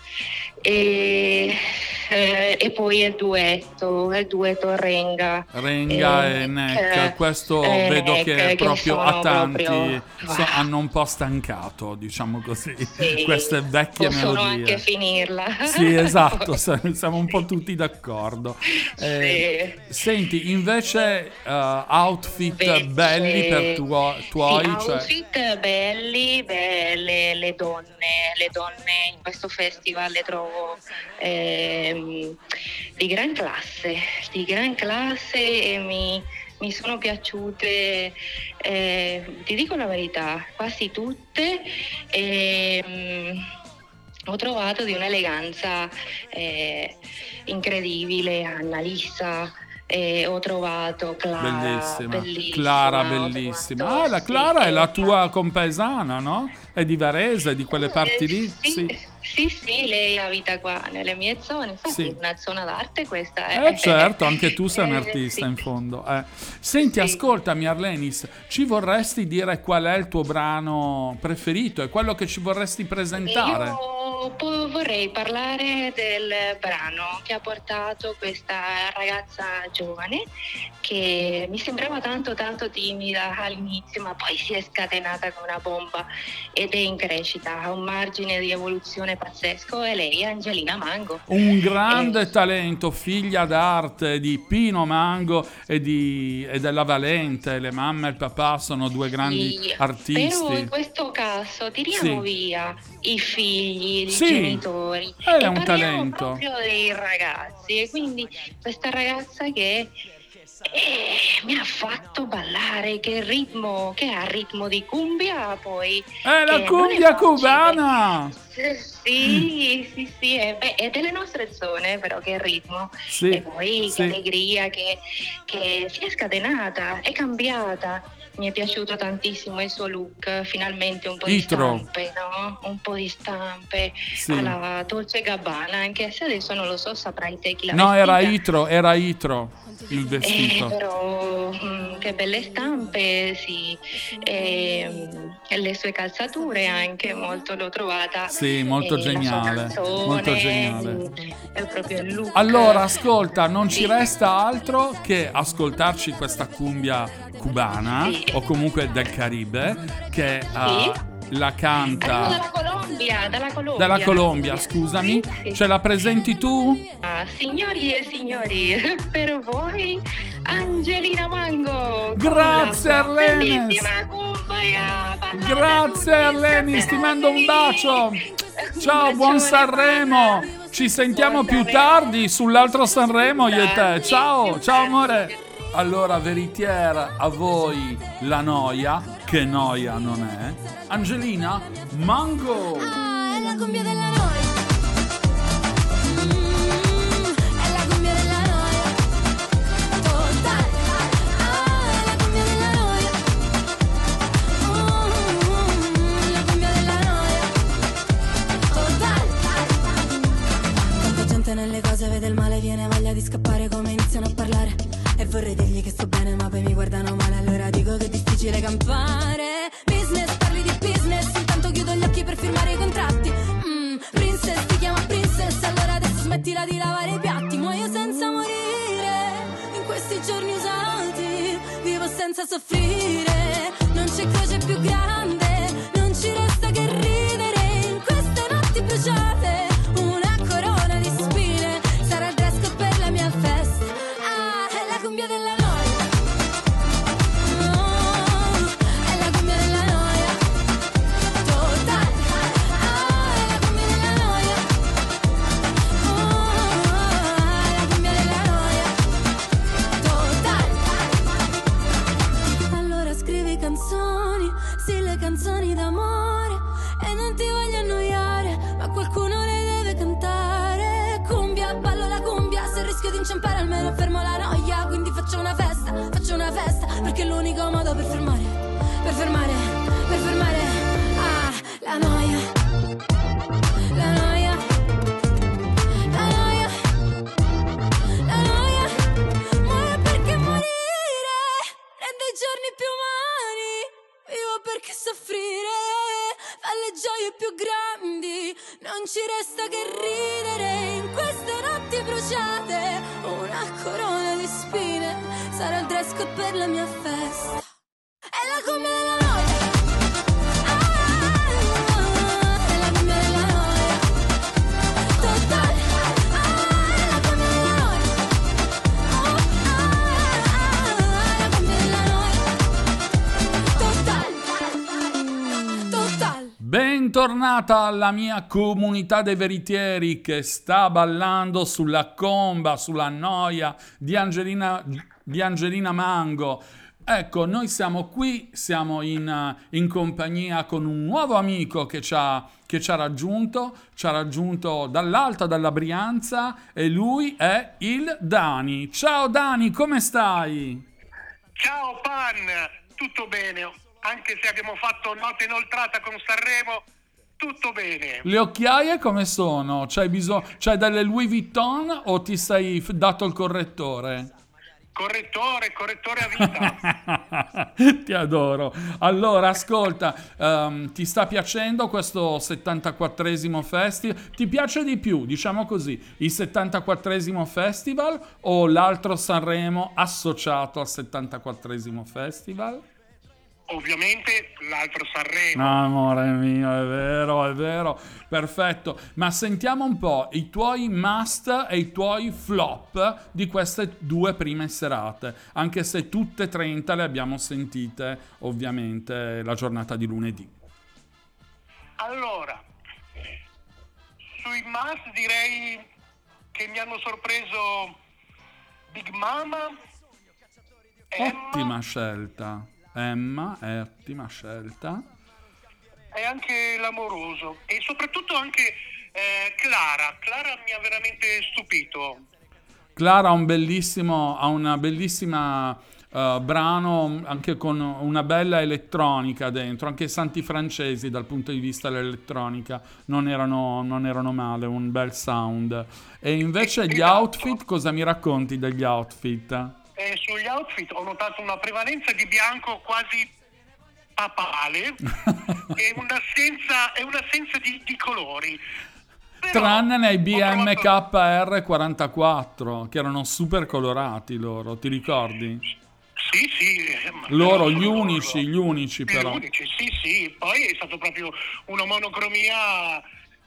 K: e Eh, e poi il duetto, il duetto Renga.
A: Renga
K: eh,
A: e Neck,
K: eh,
A: questo
K: eh,
A: vedo
K: Neck,
A: che
K: che
A: proprio
K: sono
A: a tanti
K: proprio-
A: so- hanno un po' stancato, diciamo così,
K: Sì,
A: queste vecchie
K: possono
A: melodie.
K: anche finirla.
A: Sì, esatto, s- siamo un po' tutti d'accordo. Eh, Senti, invece eh, outfit
K: Invece-
A: belli per tuo- tuoi,
K: sì,
A: cioè,
K: outfit belli, belle, le donne, le donne in questo festival le trovo ehm, di gran classe, di gran classe e mi, mi sono piaciute, eh, ti dico la verità, quasi tutte. ehm, Ho trovato di un'eleganza eh, incredibile Annalisa, eh, ho trovato Clara,
A: bellissima.
K: bellissima,
A: Clara,
K: ho
A: bellissima.
K: trovato-
A: Ah, la
K: sì,
A: Clara è la
K: esatto.
A: tua compaesana, no? È di Varese, di quelle parti lì? Sì.
K: Sì, sì, lei abita qua nelle mie zone, infatti
A: Sì.
K: è una zona d'arte questa. È.
A: Eh certo, anche tu sei un
K: Eh,
A: artista
K: sì.
A: in fondo. eh. Senti, ascoltami Arlenis, ci vorresti dire qual è il tuo brano preferito e quello che ci vorresti presentare?
K: Io po- vorrei parlare del brano che ha portato questa ragazza giovane che mi sembrava tanto tanto timida all'inizio, ma poi si è scatenata come una bomba ed è in crescita, ha un margine di evoluzione pazzesco e lei è Angelina Mango.
A: Un grande talento, figlia d'arte di Pino Mango e, di, e della Valente. Le mamma e il papà sono due grandi
K: Sì,
A: artisti.
K: però in questo caso tiriamo
A: Sì.
K: via i figli, i
A: Sì,
K: genitori
A: è
K: e
A: un
K: parliamo
A: talento.
K: proprio dei ragazzi e quindi questa ragazza che eh, mi ha fatto ballare, che ritmo, che ha ritmo di cumbia poi.
A: È la
K: che non
A: cumbia
K: facile.
A: cubana!
K: Sì, sì, sì, è, beh, è delle nostre zone, però che ritmo.
A: Sì,
K: e poi
A: sì.
K: che allegria, che, che si è scatenata, è cambiata. Mi è piaciuto tantissimo il suo look, finalmente un po'
A: Itro.
K: di stampe, no? Un po' di stampe
A: Sì.
K: alla Dolce Gabbana, anche se adesso non lo so, saprai te chi l'ha
A: No, era
K: vestita.
A: Itro, era Itro il
K: Eh,
A: vestito.
K: però mm, che belle stampe, sì. E, e le sue calzature anche molto l'ho trovata.
A: Sì, molto
K: e la sua
A: geniale,
K: canzone,
A: molto geniale.
K: mm, È proprio il look.
A: Allora, ascolta, non ci resta altro che ascoltarci questa cumbia cubana o comunque del Caribe che eh, la
K: Arrivo
A: canta
K: dalla Colombia, dalla Colombia.
A: dalla Colombia, scusami. Ce la presenti tu?
K: Ah, signori e signori, per voi Angelina Mango.
A: Grazie,
K: con la sua
A: Arlenes.
K: bellissima cumbia.
E: noia.
A: Grazie Arlenis, ti mando un bacio. Ciao, buon Sanremo. Ci sentiamo più tardi sull'altro Sanremo io e te. Ciao, ciao amore. Allora, veritiera, a voi la noia, che noia non è. Angelina, Mango.
H: Ah, è la cumbia della noia. Mm, è la cumbia della noia. Totale. Ah, è la cumbia della noia. Mm, la cumbia della noia. Totale. Tanta gente nelle cose vede il male, viene voglia di scappare come iniziano a parlare. E vorrei dirgli che sto bene ma poi mi guardano male, allora dico che è difficile campare. Business, parli di business, intanto chiudo gli occhi per firmare i contratti. mm, Princess, ti chiama princess, allora adesso smettila di lavare i piatti. Muoio senza morire, in questi giorni usati, vivo senza soffrire. Non c'è croce più grande, non ci resta che ridere. In queste notti bruciate, una corona di spine, sarà il dress code per la mia festa. Ah, è la cumbia della noia. Oh, è la cumbia della noia. Totale. Ah, è la cumbia della noia. Oh, è la cumbia della noia. Totale. Allora scrivi canzoni, sì, le canzoni d'amore, e non ti voglio annoiare, ma qualcuno le deve cantare. Cumbia, ballo la cumbia, se rischio di inciampare almeno fermo la noia. Quindi faccio una festa, faccio una festa, perché è l'unico modo per fermare, per fermare, per fermare, ah, la noia. La noia. La noia. La noia. Muore perché morire rende i giorni più umani. Vivo perché soffrire fa le gioie più grandi. Non ci resta che ridere in queste notti bruciate. Una corona di spine sarà il dress code per la mia festa. È la cumbia della noia. Ah, è la cumbia della noia. Totale. Ah, è la cumbia della noia. Oh, ah, è la cumbia della noia. Totale. Totale.
A: Bentornata alla mia comunità dei veritieri che sta ballando sulla comba, sulla noia di Angelina, di Angelina Mango. Ecco, noi siamo qui, siamo in, in compagnia con un nuovo amico che ci ha, che ci ha raggiunto, ci ha raggiunto dall'alta della Brianza, e lui è il Dani. Ciao Dani, come stai?
L: Ciao Pan, tutto bene, anche se abbiamo fatto notte inoltrata con Sanremo, tutto bene.
A: Le occhiaie come sono? C'hai bisogno, c'hai delle Louis Vuitton o ti sei f- dato il correttore?
L: Correttore, correttore a vita.
A: Ti adoro. Allora, ascolta, um, ti sta piacendo questo settantaquattresimo festival? Ti piace di più, diciamo così, il settantaquattresimo festival o l'altro Sanremo associato al settantaquattresimo festival?
L: Ovviamente l'altro Sanremo.
A: No, amore mio, è vero, è vero, perfetto. Ma sentiamo un po' i tuoi must e i tuoi flop di queste due prime serate, anche se tutte e trenta le abbiamo sentite, ovviamente, la giornata di lunedì.
L: Allora, sui must direi che mi hanno sorpreso Big Mama,
A: Ottima
L: Emma,
A: scelta. Emma è ottima scelta.
L: e anche l'amoroso, e soprattutto anche eh, Clara. Clara mi ha veramente stupito.
A: Clara ha un bellissimo, ha una bellissima uh, brano anche con una bella elettronica dentro, anche i santi francesi dal punto di vista dell'elettronica non erano, non erano male, un bel sound. E invece gli outfit, cosa mi racconti degli outfit?
L: Eh, sugli outfit ho notato una prevalenza di bianco quasi papale e un'assenza, e un'assenza di, di colori. Però
A: tranne nei B M K R quarantaquattro che erano super colorati loro, ti ricordi?
L: Sì, sì. ma
A: Loro,
L: però
A: gli
L: sono
A: unici,
L: loro.
A: gli unici
L: Gli
A: però.
L: unici, sì, sì. Poi è stato proprio una monocromia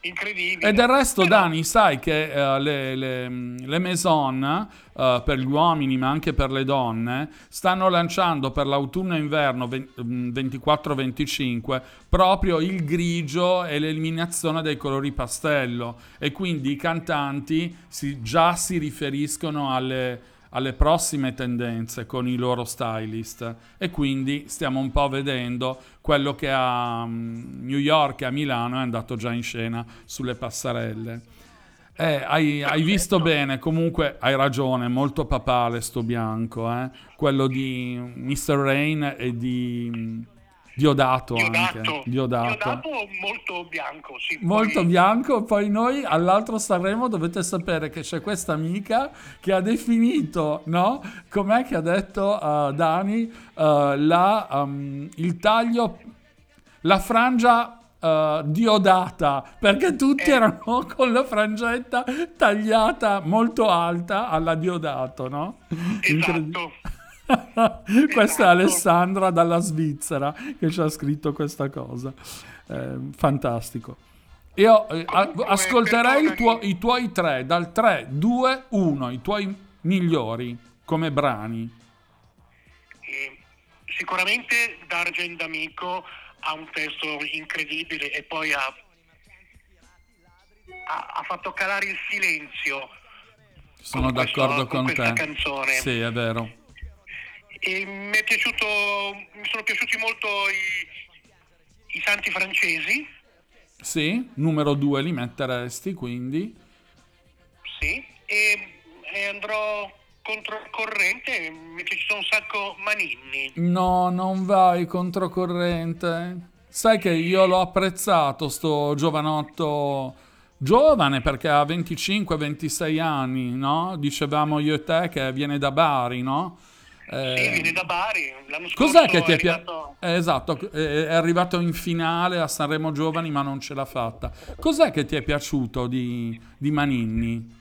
L: incredibile.
A: E del resto,
L: Però...
A: Dani, sai che uh, le, le, le maison uh, per gli uomini ma anche per le donne stanno lanciando per l'autunno e inverno ventiquattro venticinque proprio il grigio e l'eliminazione dei colori pastello, e quindi i cantanti si, già si riferiscono alle alle prossime tendenze con i loro stylist, e quindi stiamo un po' vedendo quello che a um, New York e a Milano è andato già in scena sulle passerelle. Eh, hai, hai visto bene, comunque hai ragione, molto papale sto bianco, eh? Quello di mister Rain e di Diodato,
L: Diodato.
A: anche Diodato.
L: Diodato molto bianco, sì.
A: Molto
L: poi...
A: bianco. Poi noi all'altro Sanremo dovete sapere che c'è questa amica che ha definito, no? Com'è che ha detto uh, Dani? Uh, la, um, il taglio, la frangia uh, diodata, perché tutti eh. erano con la frangetta tagliata molto alta alla Diodato, no?
L: Esatto.
A: Questa
L: esatto.
A: è Alessandra dalla Svizzera che ci ha scritto questa cosa. Eh, fantastico. Io eh,
L: Comunque,
A: ascolterei il tuo,
L: perdonami.
A: i tuoi tre, dal tre, due, uno, i tuoi migliori come brani.
L: Eh, sicuramente D'Argent D'Amico ha un testo incredibile e poi ha, ha, ha fatto calare il silenzio.
A: Sono
L: con
A: d'accordo
L: questo,
A: con,
L: con
A: te.
L: questa canzone.
A: Sì, è vero.
L: E mi è piaciuto, mi sono piaciuti molto i, i Santi Francesi.
A: Sì, numero due li metteresti, quindi.
L: Sì, e, e andrò controcorrente, mi è piaciuto un sacco Maninni.
A: No, non vai controcorrente. Sai che io l'ho apprezzato, sto giovanotto giovane, perché ha venticinque ventisei anni, no? Dicevamo io e te che viene da Bari, no?
L: Eh, sì, viene da Bari. L'anno scorso
A: cos'è che ti è
L: è
A: piaciuto? Eh, esatto, è arrivato in finale a Sanremo Giovani ma non ce l'ha fatta. Cos'è che ti è piaciuto di, di Maninni?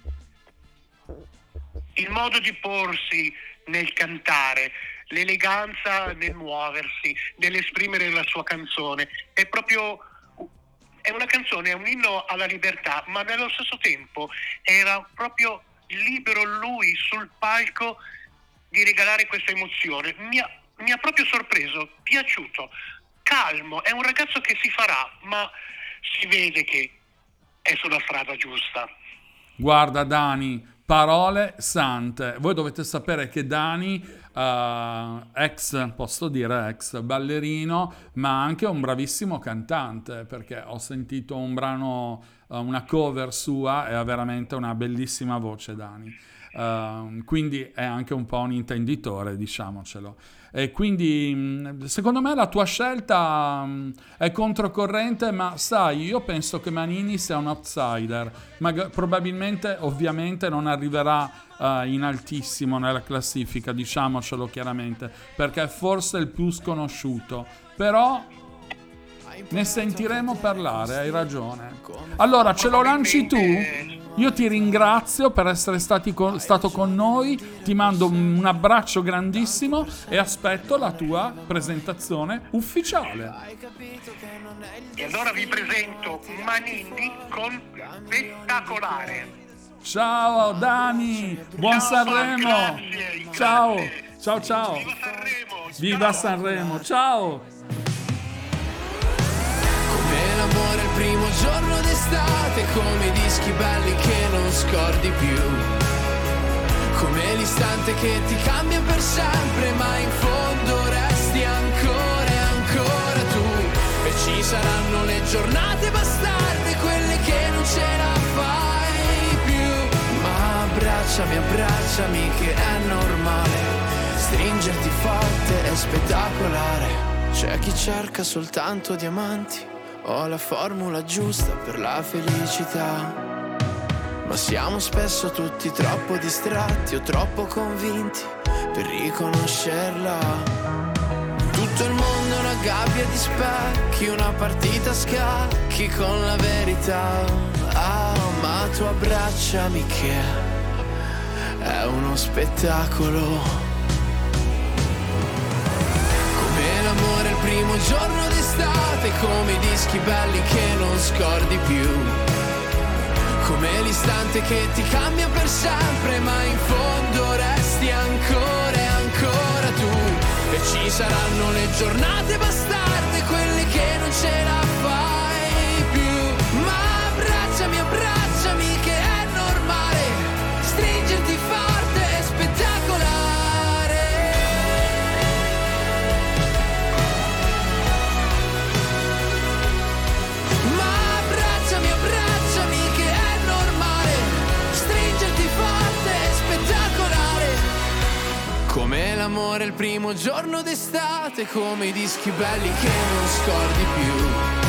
L: Il modo di porsi nel cantare, l'eleganza nel muoversi, nell'esprimere la sua canzone. È proprio... è una canzone, è un inno alla libertà, ma nello stesso tempo era proprio libero lui sul palco di regalare questa emozione. Mi ha, mi ha proprio sorpreso, piaciuto, calmo, è un ragazzo che si farà, ma si vede che è sulla strada giusta.
A: Guarda Dani, parole sante. Voi dovete sapere che Dani, uh, ex, posso dire ex ballerino, ma anche un bravissimo cantante, perché ho sentito un brano, uh, una cover sua, e ha veramente una bellissima voce Dani. Uh, quindi è anche un po' un intenditore, diciamocelo. E quindi secondo me la tua scelta um, è controcorrente, ma sai, io penso che Maninni sia un outsider, ma probabilmente ovviamente non arriverà uh, in altissimo nella classifica, diciamocelo chiaramente, perché è forse il più sconosciuto, però ne sentiremo parlare, hai ragione. Allora ce lo lanci tu? Io ti ringrazio per essere stati con, stato con noi, ti mando un, un abbraccio grandissimo e aspetto la tua presentazione ufficiale.
L: E allora vi presento Maninni con Spettacolare.
A: Ciao Dani, buon
L: Ciao,
A: Sanremo.
L: grazie,
A: ciao,
L: grazie.
A: ciao, ciao.
L: Viva Sanremo.
A: Viva
L: ciao.
A: Sanremo, ciao.
F: Come l'amore il primo giorno d'estate, come i dischi belli che non scordi più, come l'istante che ti cambia per sempre, ma in fondo resti ancora e ancora tu. E ci saranno le giornate bastarde, quelle che non ce la fai più, ma abbracciami, abbracciami che è normale, stringerti forte è spettacolare. C'è chi cerca soltanto diamanti, ho la formula giusta per la felicità, ma siamo spesso tutti troppo distratti o troppo convinti per riconoscerla. Tutto il mondo è una gabbia di specchi, una partita a scacchi con la verità. Ah, ma tu abbracciami che è uno spettacolo. L'amore il primo giorno d'estate, come i dischi belli che non scordi più, come l'istante che ti cambia per sempre, ma in fondo resti ancora e ancora tu. E ci saranno le giornate bastarde, quelle che non ce la fai più. Ma abbracciami, abbracciami che è normale, stringerti forte è spettacolare. Ma abbracciami, abbracciami che è normale, stringerti forte è spettacolare. Come l'amore il primo giorno d'estate, come i dischi belli che non scordi più,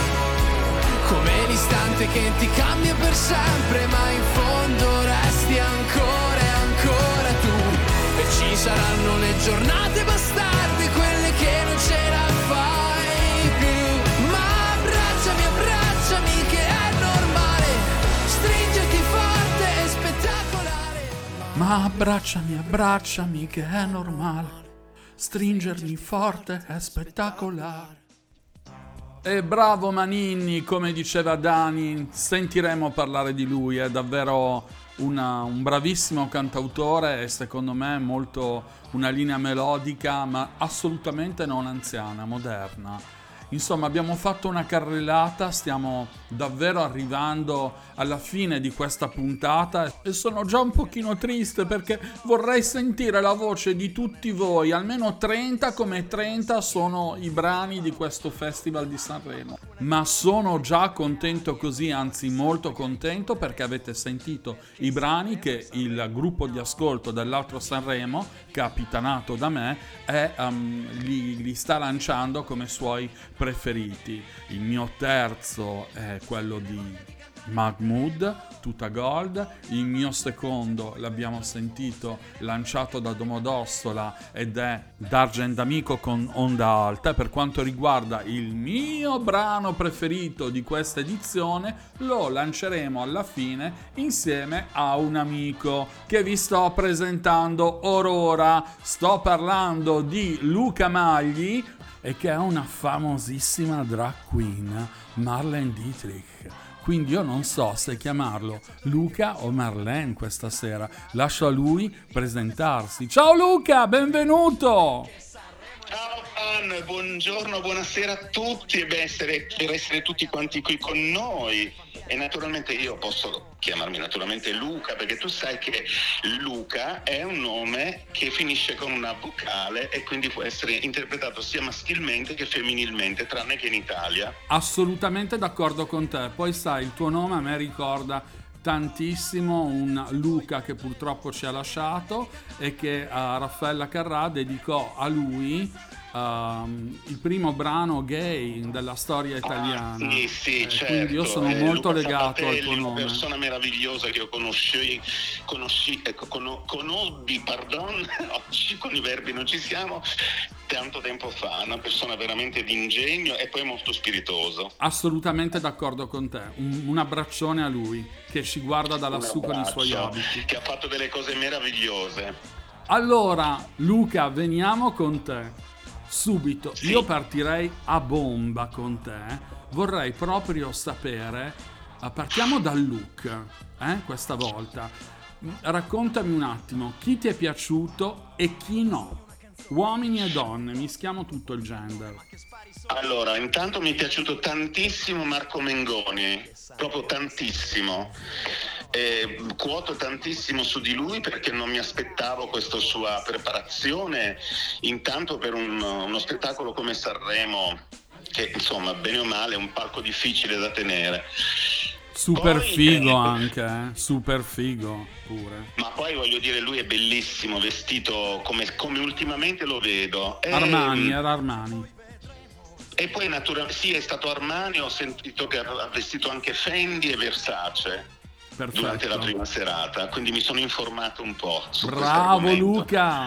F: come l'istante che ti cambia per sempre, ma in fondo resti ancora e ancora tu. E ci saranno le giornate bastarde, quelle che non ce la fai più. Ma abbracciami, abbracciami che è normale, stringerti forte è spettacolare.
A: Ma abbracciami, abbracciami che è normale, stringermi forte è spettacolare. E bravo Maninni, come diceva Dani, sentiremo parlare di lui, è davvero una, un bravissimo cantautore e secondo me molto una linea melodica, ma assolutamente non anziana, moderna. Insomma, abbiamo fatto una carrellata, stiamo davvero arrivando alla fine di questa puntata e sono già un pochino triste perché vorrei sentire la voce di tutti voi, almeno trenta, come trenta sono i brani di questo Festival di Sanremo. Ma sono già contento così, anzi molto contento, perché avete sentito i brani che il gruppo di ascolto dell'altro Sanremo, capitanato da me, è, um, li, li sta lanciando come suoi preferiti. Il mio terzo è quello di Mahmood, Tuta Gold. Il mio secondo l'abbiamo sentito, lanciato da Domodossola, ed è D'Argent Amico con Onda Alta. Per quanto riguarda il mio brano preferito di questa edizione, lo lanceremo alla fine insieme a un amico che vi sto presentando orora. Sto parlando di Luca Magli, e che è una famosissima drag queen, Marlene Dietrich. Quindi io non so se chiamarlo Luca o Marlene questa sera. Lascio a lui presentarsi. Ciao Luca, benvenuto!
M: Ciao Pan, buongiorno, buonasera a tutti e ben essere, per essere tutti quanti qui con noi. E naturalmente io posso chiamarmi naturalmente Luca, perché tu sai che Luca è un nome che finisce con una vocale e quindi può essere interpretato sia maschilmente che femminilmente, tranne che in Italia.
A: Assolutamente d'accordo con te. Poi sai, il tuo nome a me ricorda tantissimo un Luca che purtroppo ci ha lasciato e che a Raffaella Carrà dedicò a lui um, il primo brano gay della storia italiana.
M: Ah, sì, sì,
A: eh,
M: certo.
A: Quindi io sono
M: eh,
A: molto
M: Luca
A: legato
M: Sabatelli,
A: al tuo nome.
M: Una persona meravigliosa che io conosci, conosci, ecco, con, conobbi, pardon, oggi con i verbi non ci siamo, tanto tempo fa, una persona veramente di ingegno e poi molto spiritoso.
A: Assolutamente d'accordo con te, un, un abbraccione a lui che ci guarda da lassù con i suoi abiti,
M: che ha fatto delle cose meravigliose.
A: Allora Luca, veniamo con te subito. Sì. Io partirei a bomba con te, vorrei proprio sapere, partiamo dal look, eh, questa volta. Raccontami un attimo chi ti è piaciuto e chi no. Uomini e donne, mischiamo tutto il gender.
M: Allora, intanto mi è piaciuto tantissimo Marco Mengoni, proprio tantissimo. Eh, quoto tantissimo su di lui perché non mi aspettavo questa sua preparazione, intanto per un, uno spettacolo come Sanremo, che insomma, bene o male, è un palco difficile da tenere.
A: Super
M: poi,
A: figo
M: eh,
A: anche, eh? Super figo pure.
M: Ma poi voglio dire, lui è bellissimo, vestito come, come ultimamente lo vedo.
A: Armani,
M: e,
A: era Armani.
M: E poi naturalmente, sì, è stato Armani, ho sentito che ha vestito anche Fendi e Versace. Perfetto. Durante la prima serata, quindi mi sono informato un po' su
A: Bravo Luca!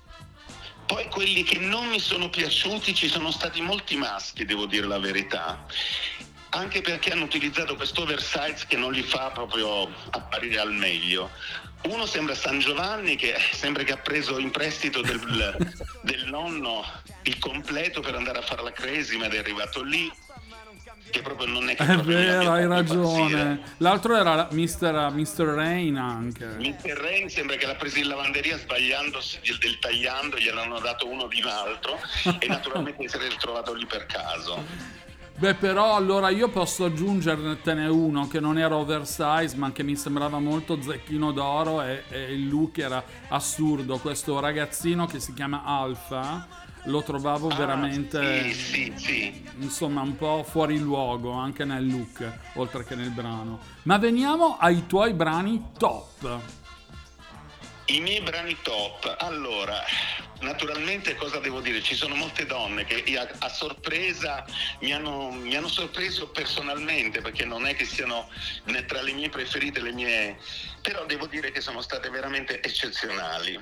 M: Poi quelli che non mi sono piaciuti, ci sono stati molti maschi, devo dire la verità, anche perché hanno utilizzato questo oversize che non li fa proprio apparire al meglio. Uno sembra San Giovanni, che sembra che ha preso in prestito del, del nonno il completo per andare a fare la cresima ed è arrivato lì. che proprio non è che
A: È vero, hai ragione. L'altro era mister mister Rain anche.
M: mister Rain sembra che l'ha preso in lavanderia sbagliandosi del, del tagliando, gliel'hanno dato uno di un altro e naturalmente si è ritrovato lì per caso.
A: Beh, però allora io posso aggiungerne uno che non era oversize ma che mi sembrava molto zecchino d'oro e, e il look era assurdo. Questo ragazzino che si chiama Alpha, lo trovavo
M: ah,
A: veramente
M: sì, sì, sì.
A: insomma un po' fuori luogo anche nel look oltre che nel brano. Ma veniamo ai tuoi brani top.
M: I miei brani top, allora, naturalmente cosa devo dire? Ci sono molte donne che a, a sorpresa mi hanno, mi hanno sorpreso personalmente, perché non è che siano né tra le mie preferite le mie, però devo dire che sono state veramente eccezionali.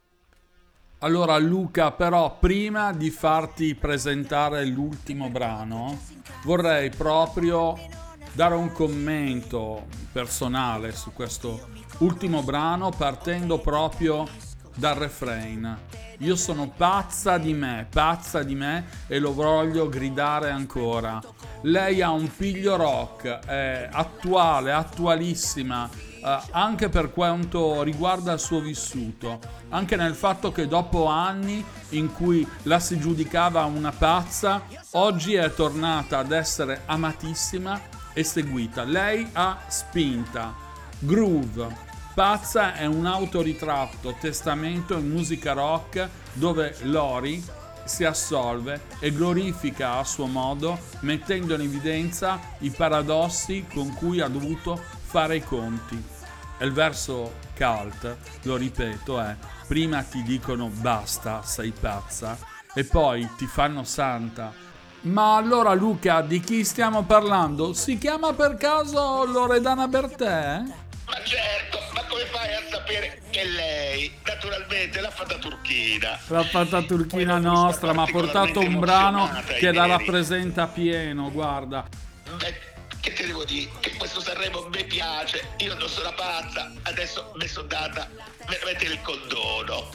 A: Allora Luca, però prima di farti presentare l'ultimo brano, vorrei proprio dare un commento personale su questo ultimo brano partendo proprio dal refrain. Io sono pazza di me, pazza di me e lo voglio gridare ancora. Lei ha un piglio rock, è attuale, attualissima, eh, anche per quanto riguarda il suo vissuto, anche nel fatto che dopo anni in cui la si giudicava una pazza, oggi è tornata ad essere amatissima e seguita. Lei ha spinta. Groove. Pazza è un autoritratto, testamento in musica rock dove Lori si assolve e glorifica a suo modo, mettendo in evidenza i paradossi con cui ha dovuto fare i conti. E il verso cult, lo ripeto, è: prima ti dicono basta, sei pazza, e poi ti fanno santa. Ma allora Luca, di chi stiamo parlando? Si chiama per caso Loredana Bertè?
M: Ma certo, ma come fai a sapere che lei, naturalmente, l'ha fatta turchina?
A: L'ha fatta turchina nostra, ma ha portato un brano che la rappresenta pieno, guarda.
M: Beh, che ti devo dire? Che questo Sanremo mi piace, io non sono pazza, adesso mi sono data veramente il condono.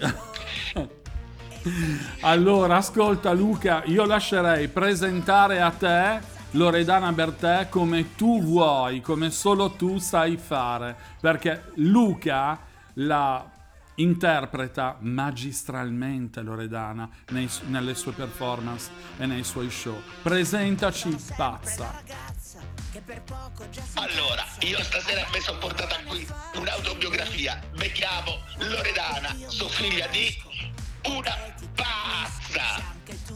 A: Allora, ascolta Luca, io lascerei presentare a te Loredana Bertè come tu vuoi, come solo tu sai fare, perché Luca la interpreta magistralmente Loredana nei, nelle sue performance e nei suoi show. Presentaci, pazza.
M: Allora, io stasera mi sono portata qui un'autobiografia. Mi chiamo Loredana, sono figlia di una pazza.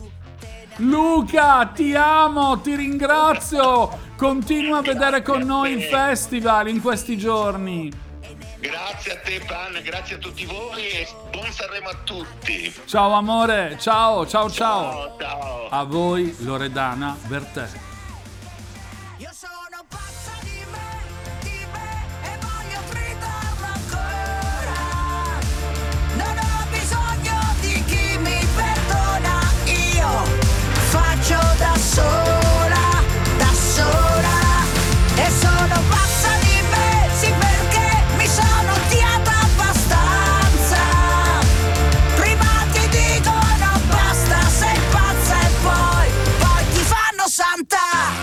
A: Luca, ti amo, ti ringrazio. Continua a vedere con noi il festival in questi giorni.
M: Grazie a te Pan, grazie a tutti voi e buon Sanremo a tutti.
A: Ciao amore, ciao, ciao, ciao.
M: Ciao, ciao.
A: A voi Loredana Bertè.
H: Io sono pazza di me, di me e voglio gridarlo ancora. Non ho bisogno di chi mi perdona, io faccio da sola, da sola. E sono pazza di me, sì, perché mi sono odiata abbastanza. Prima ti dicono basta, sei pazza e poi, poi ti fanno santa.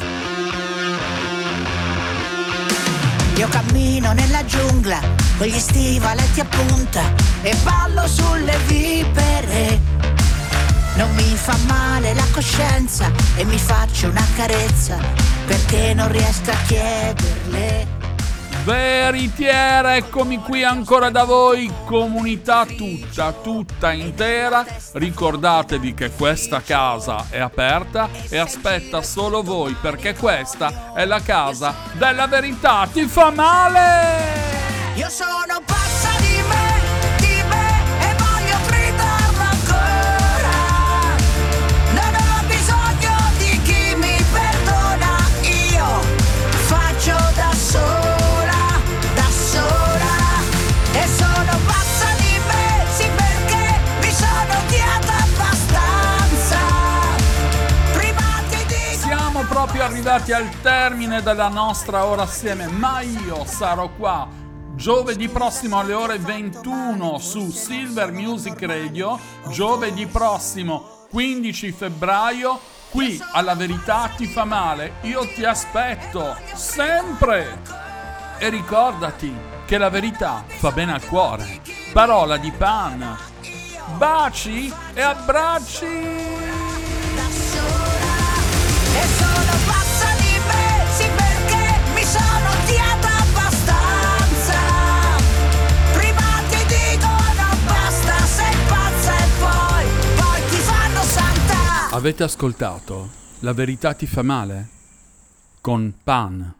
H: Io cammino nella giungla con gli stivaletti a punta e ballo sulle vipere. Non mi fa male la coscienza e mi faccio una carezza perché non riesco a chiederle.
A: Veritiera, eccomi qui ancora da voi, comunità tutta, tutta intera. Ricordatevi che questa casa è aperta e aspetta solo voi, perché questa è la casa della verità. Ti fa male?
H: Io sono pazza di me, di me e voglio gridarlo ancora. Non ho bisogno di chi mi perdona, io faccio da sola, da sola. E sono pazza di me, sì, perché mi sono odiata abbastanza. Prima ti dico.
A: Siamo proprio arrivati al termine della nostra ora assieme, ma io sarò qua giovedì prossimo alle ore ventuno su Silver Music Radio, giovedì prossimo quindici febbraio Qui alla Verità Ti Fa Male io ti aspetto sempre. E ricordati che la verità fa bene al cuore. Parola di Pan. Baci e abbracci.
H: E sono pazza di me, sì, perché mi sono odiata abbastanza. Prima ti dicono basta, sei pazza e poi, poi ti fanno santa.
A: Avete ascoltato La Verità Ti Fa Male? Con Pan.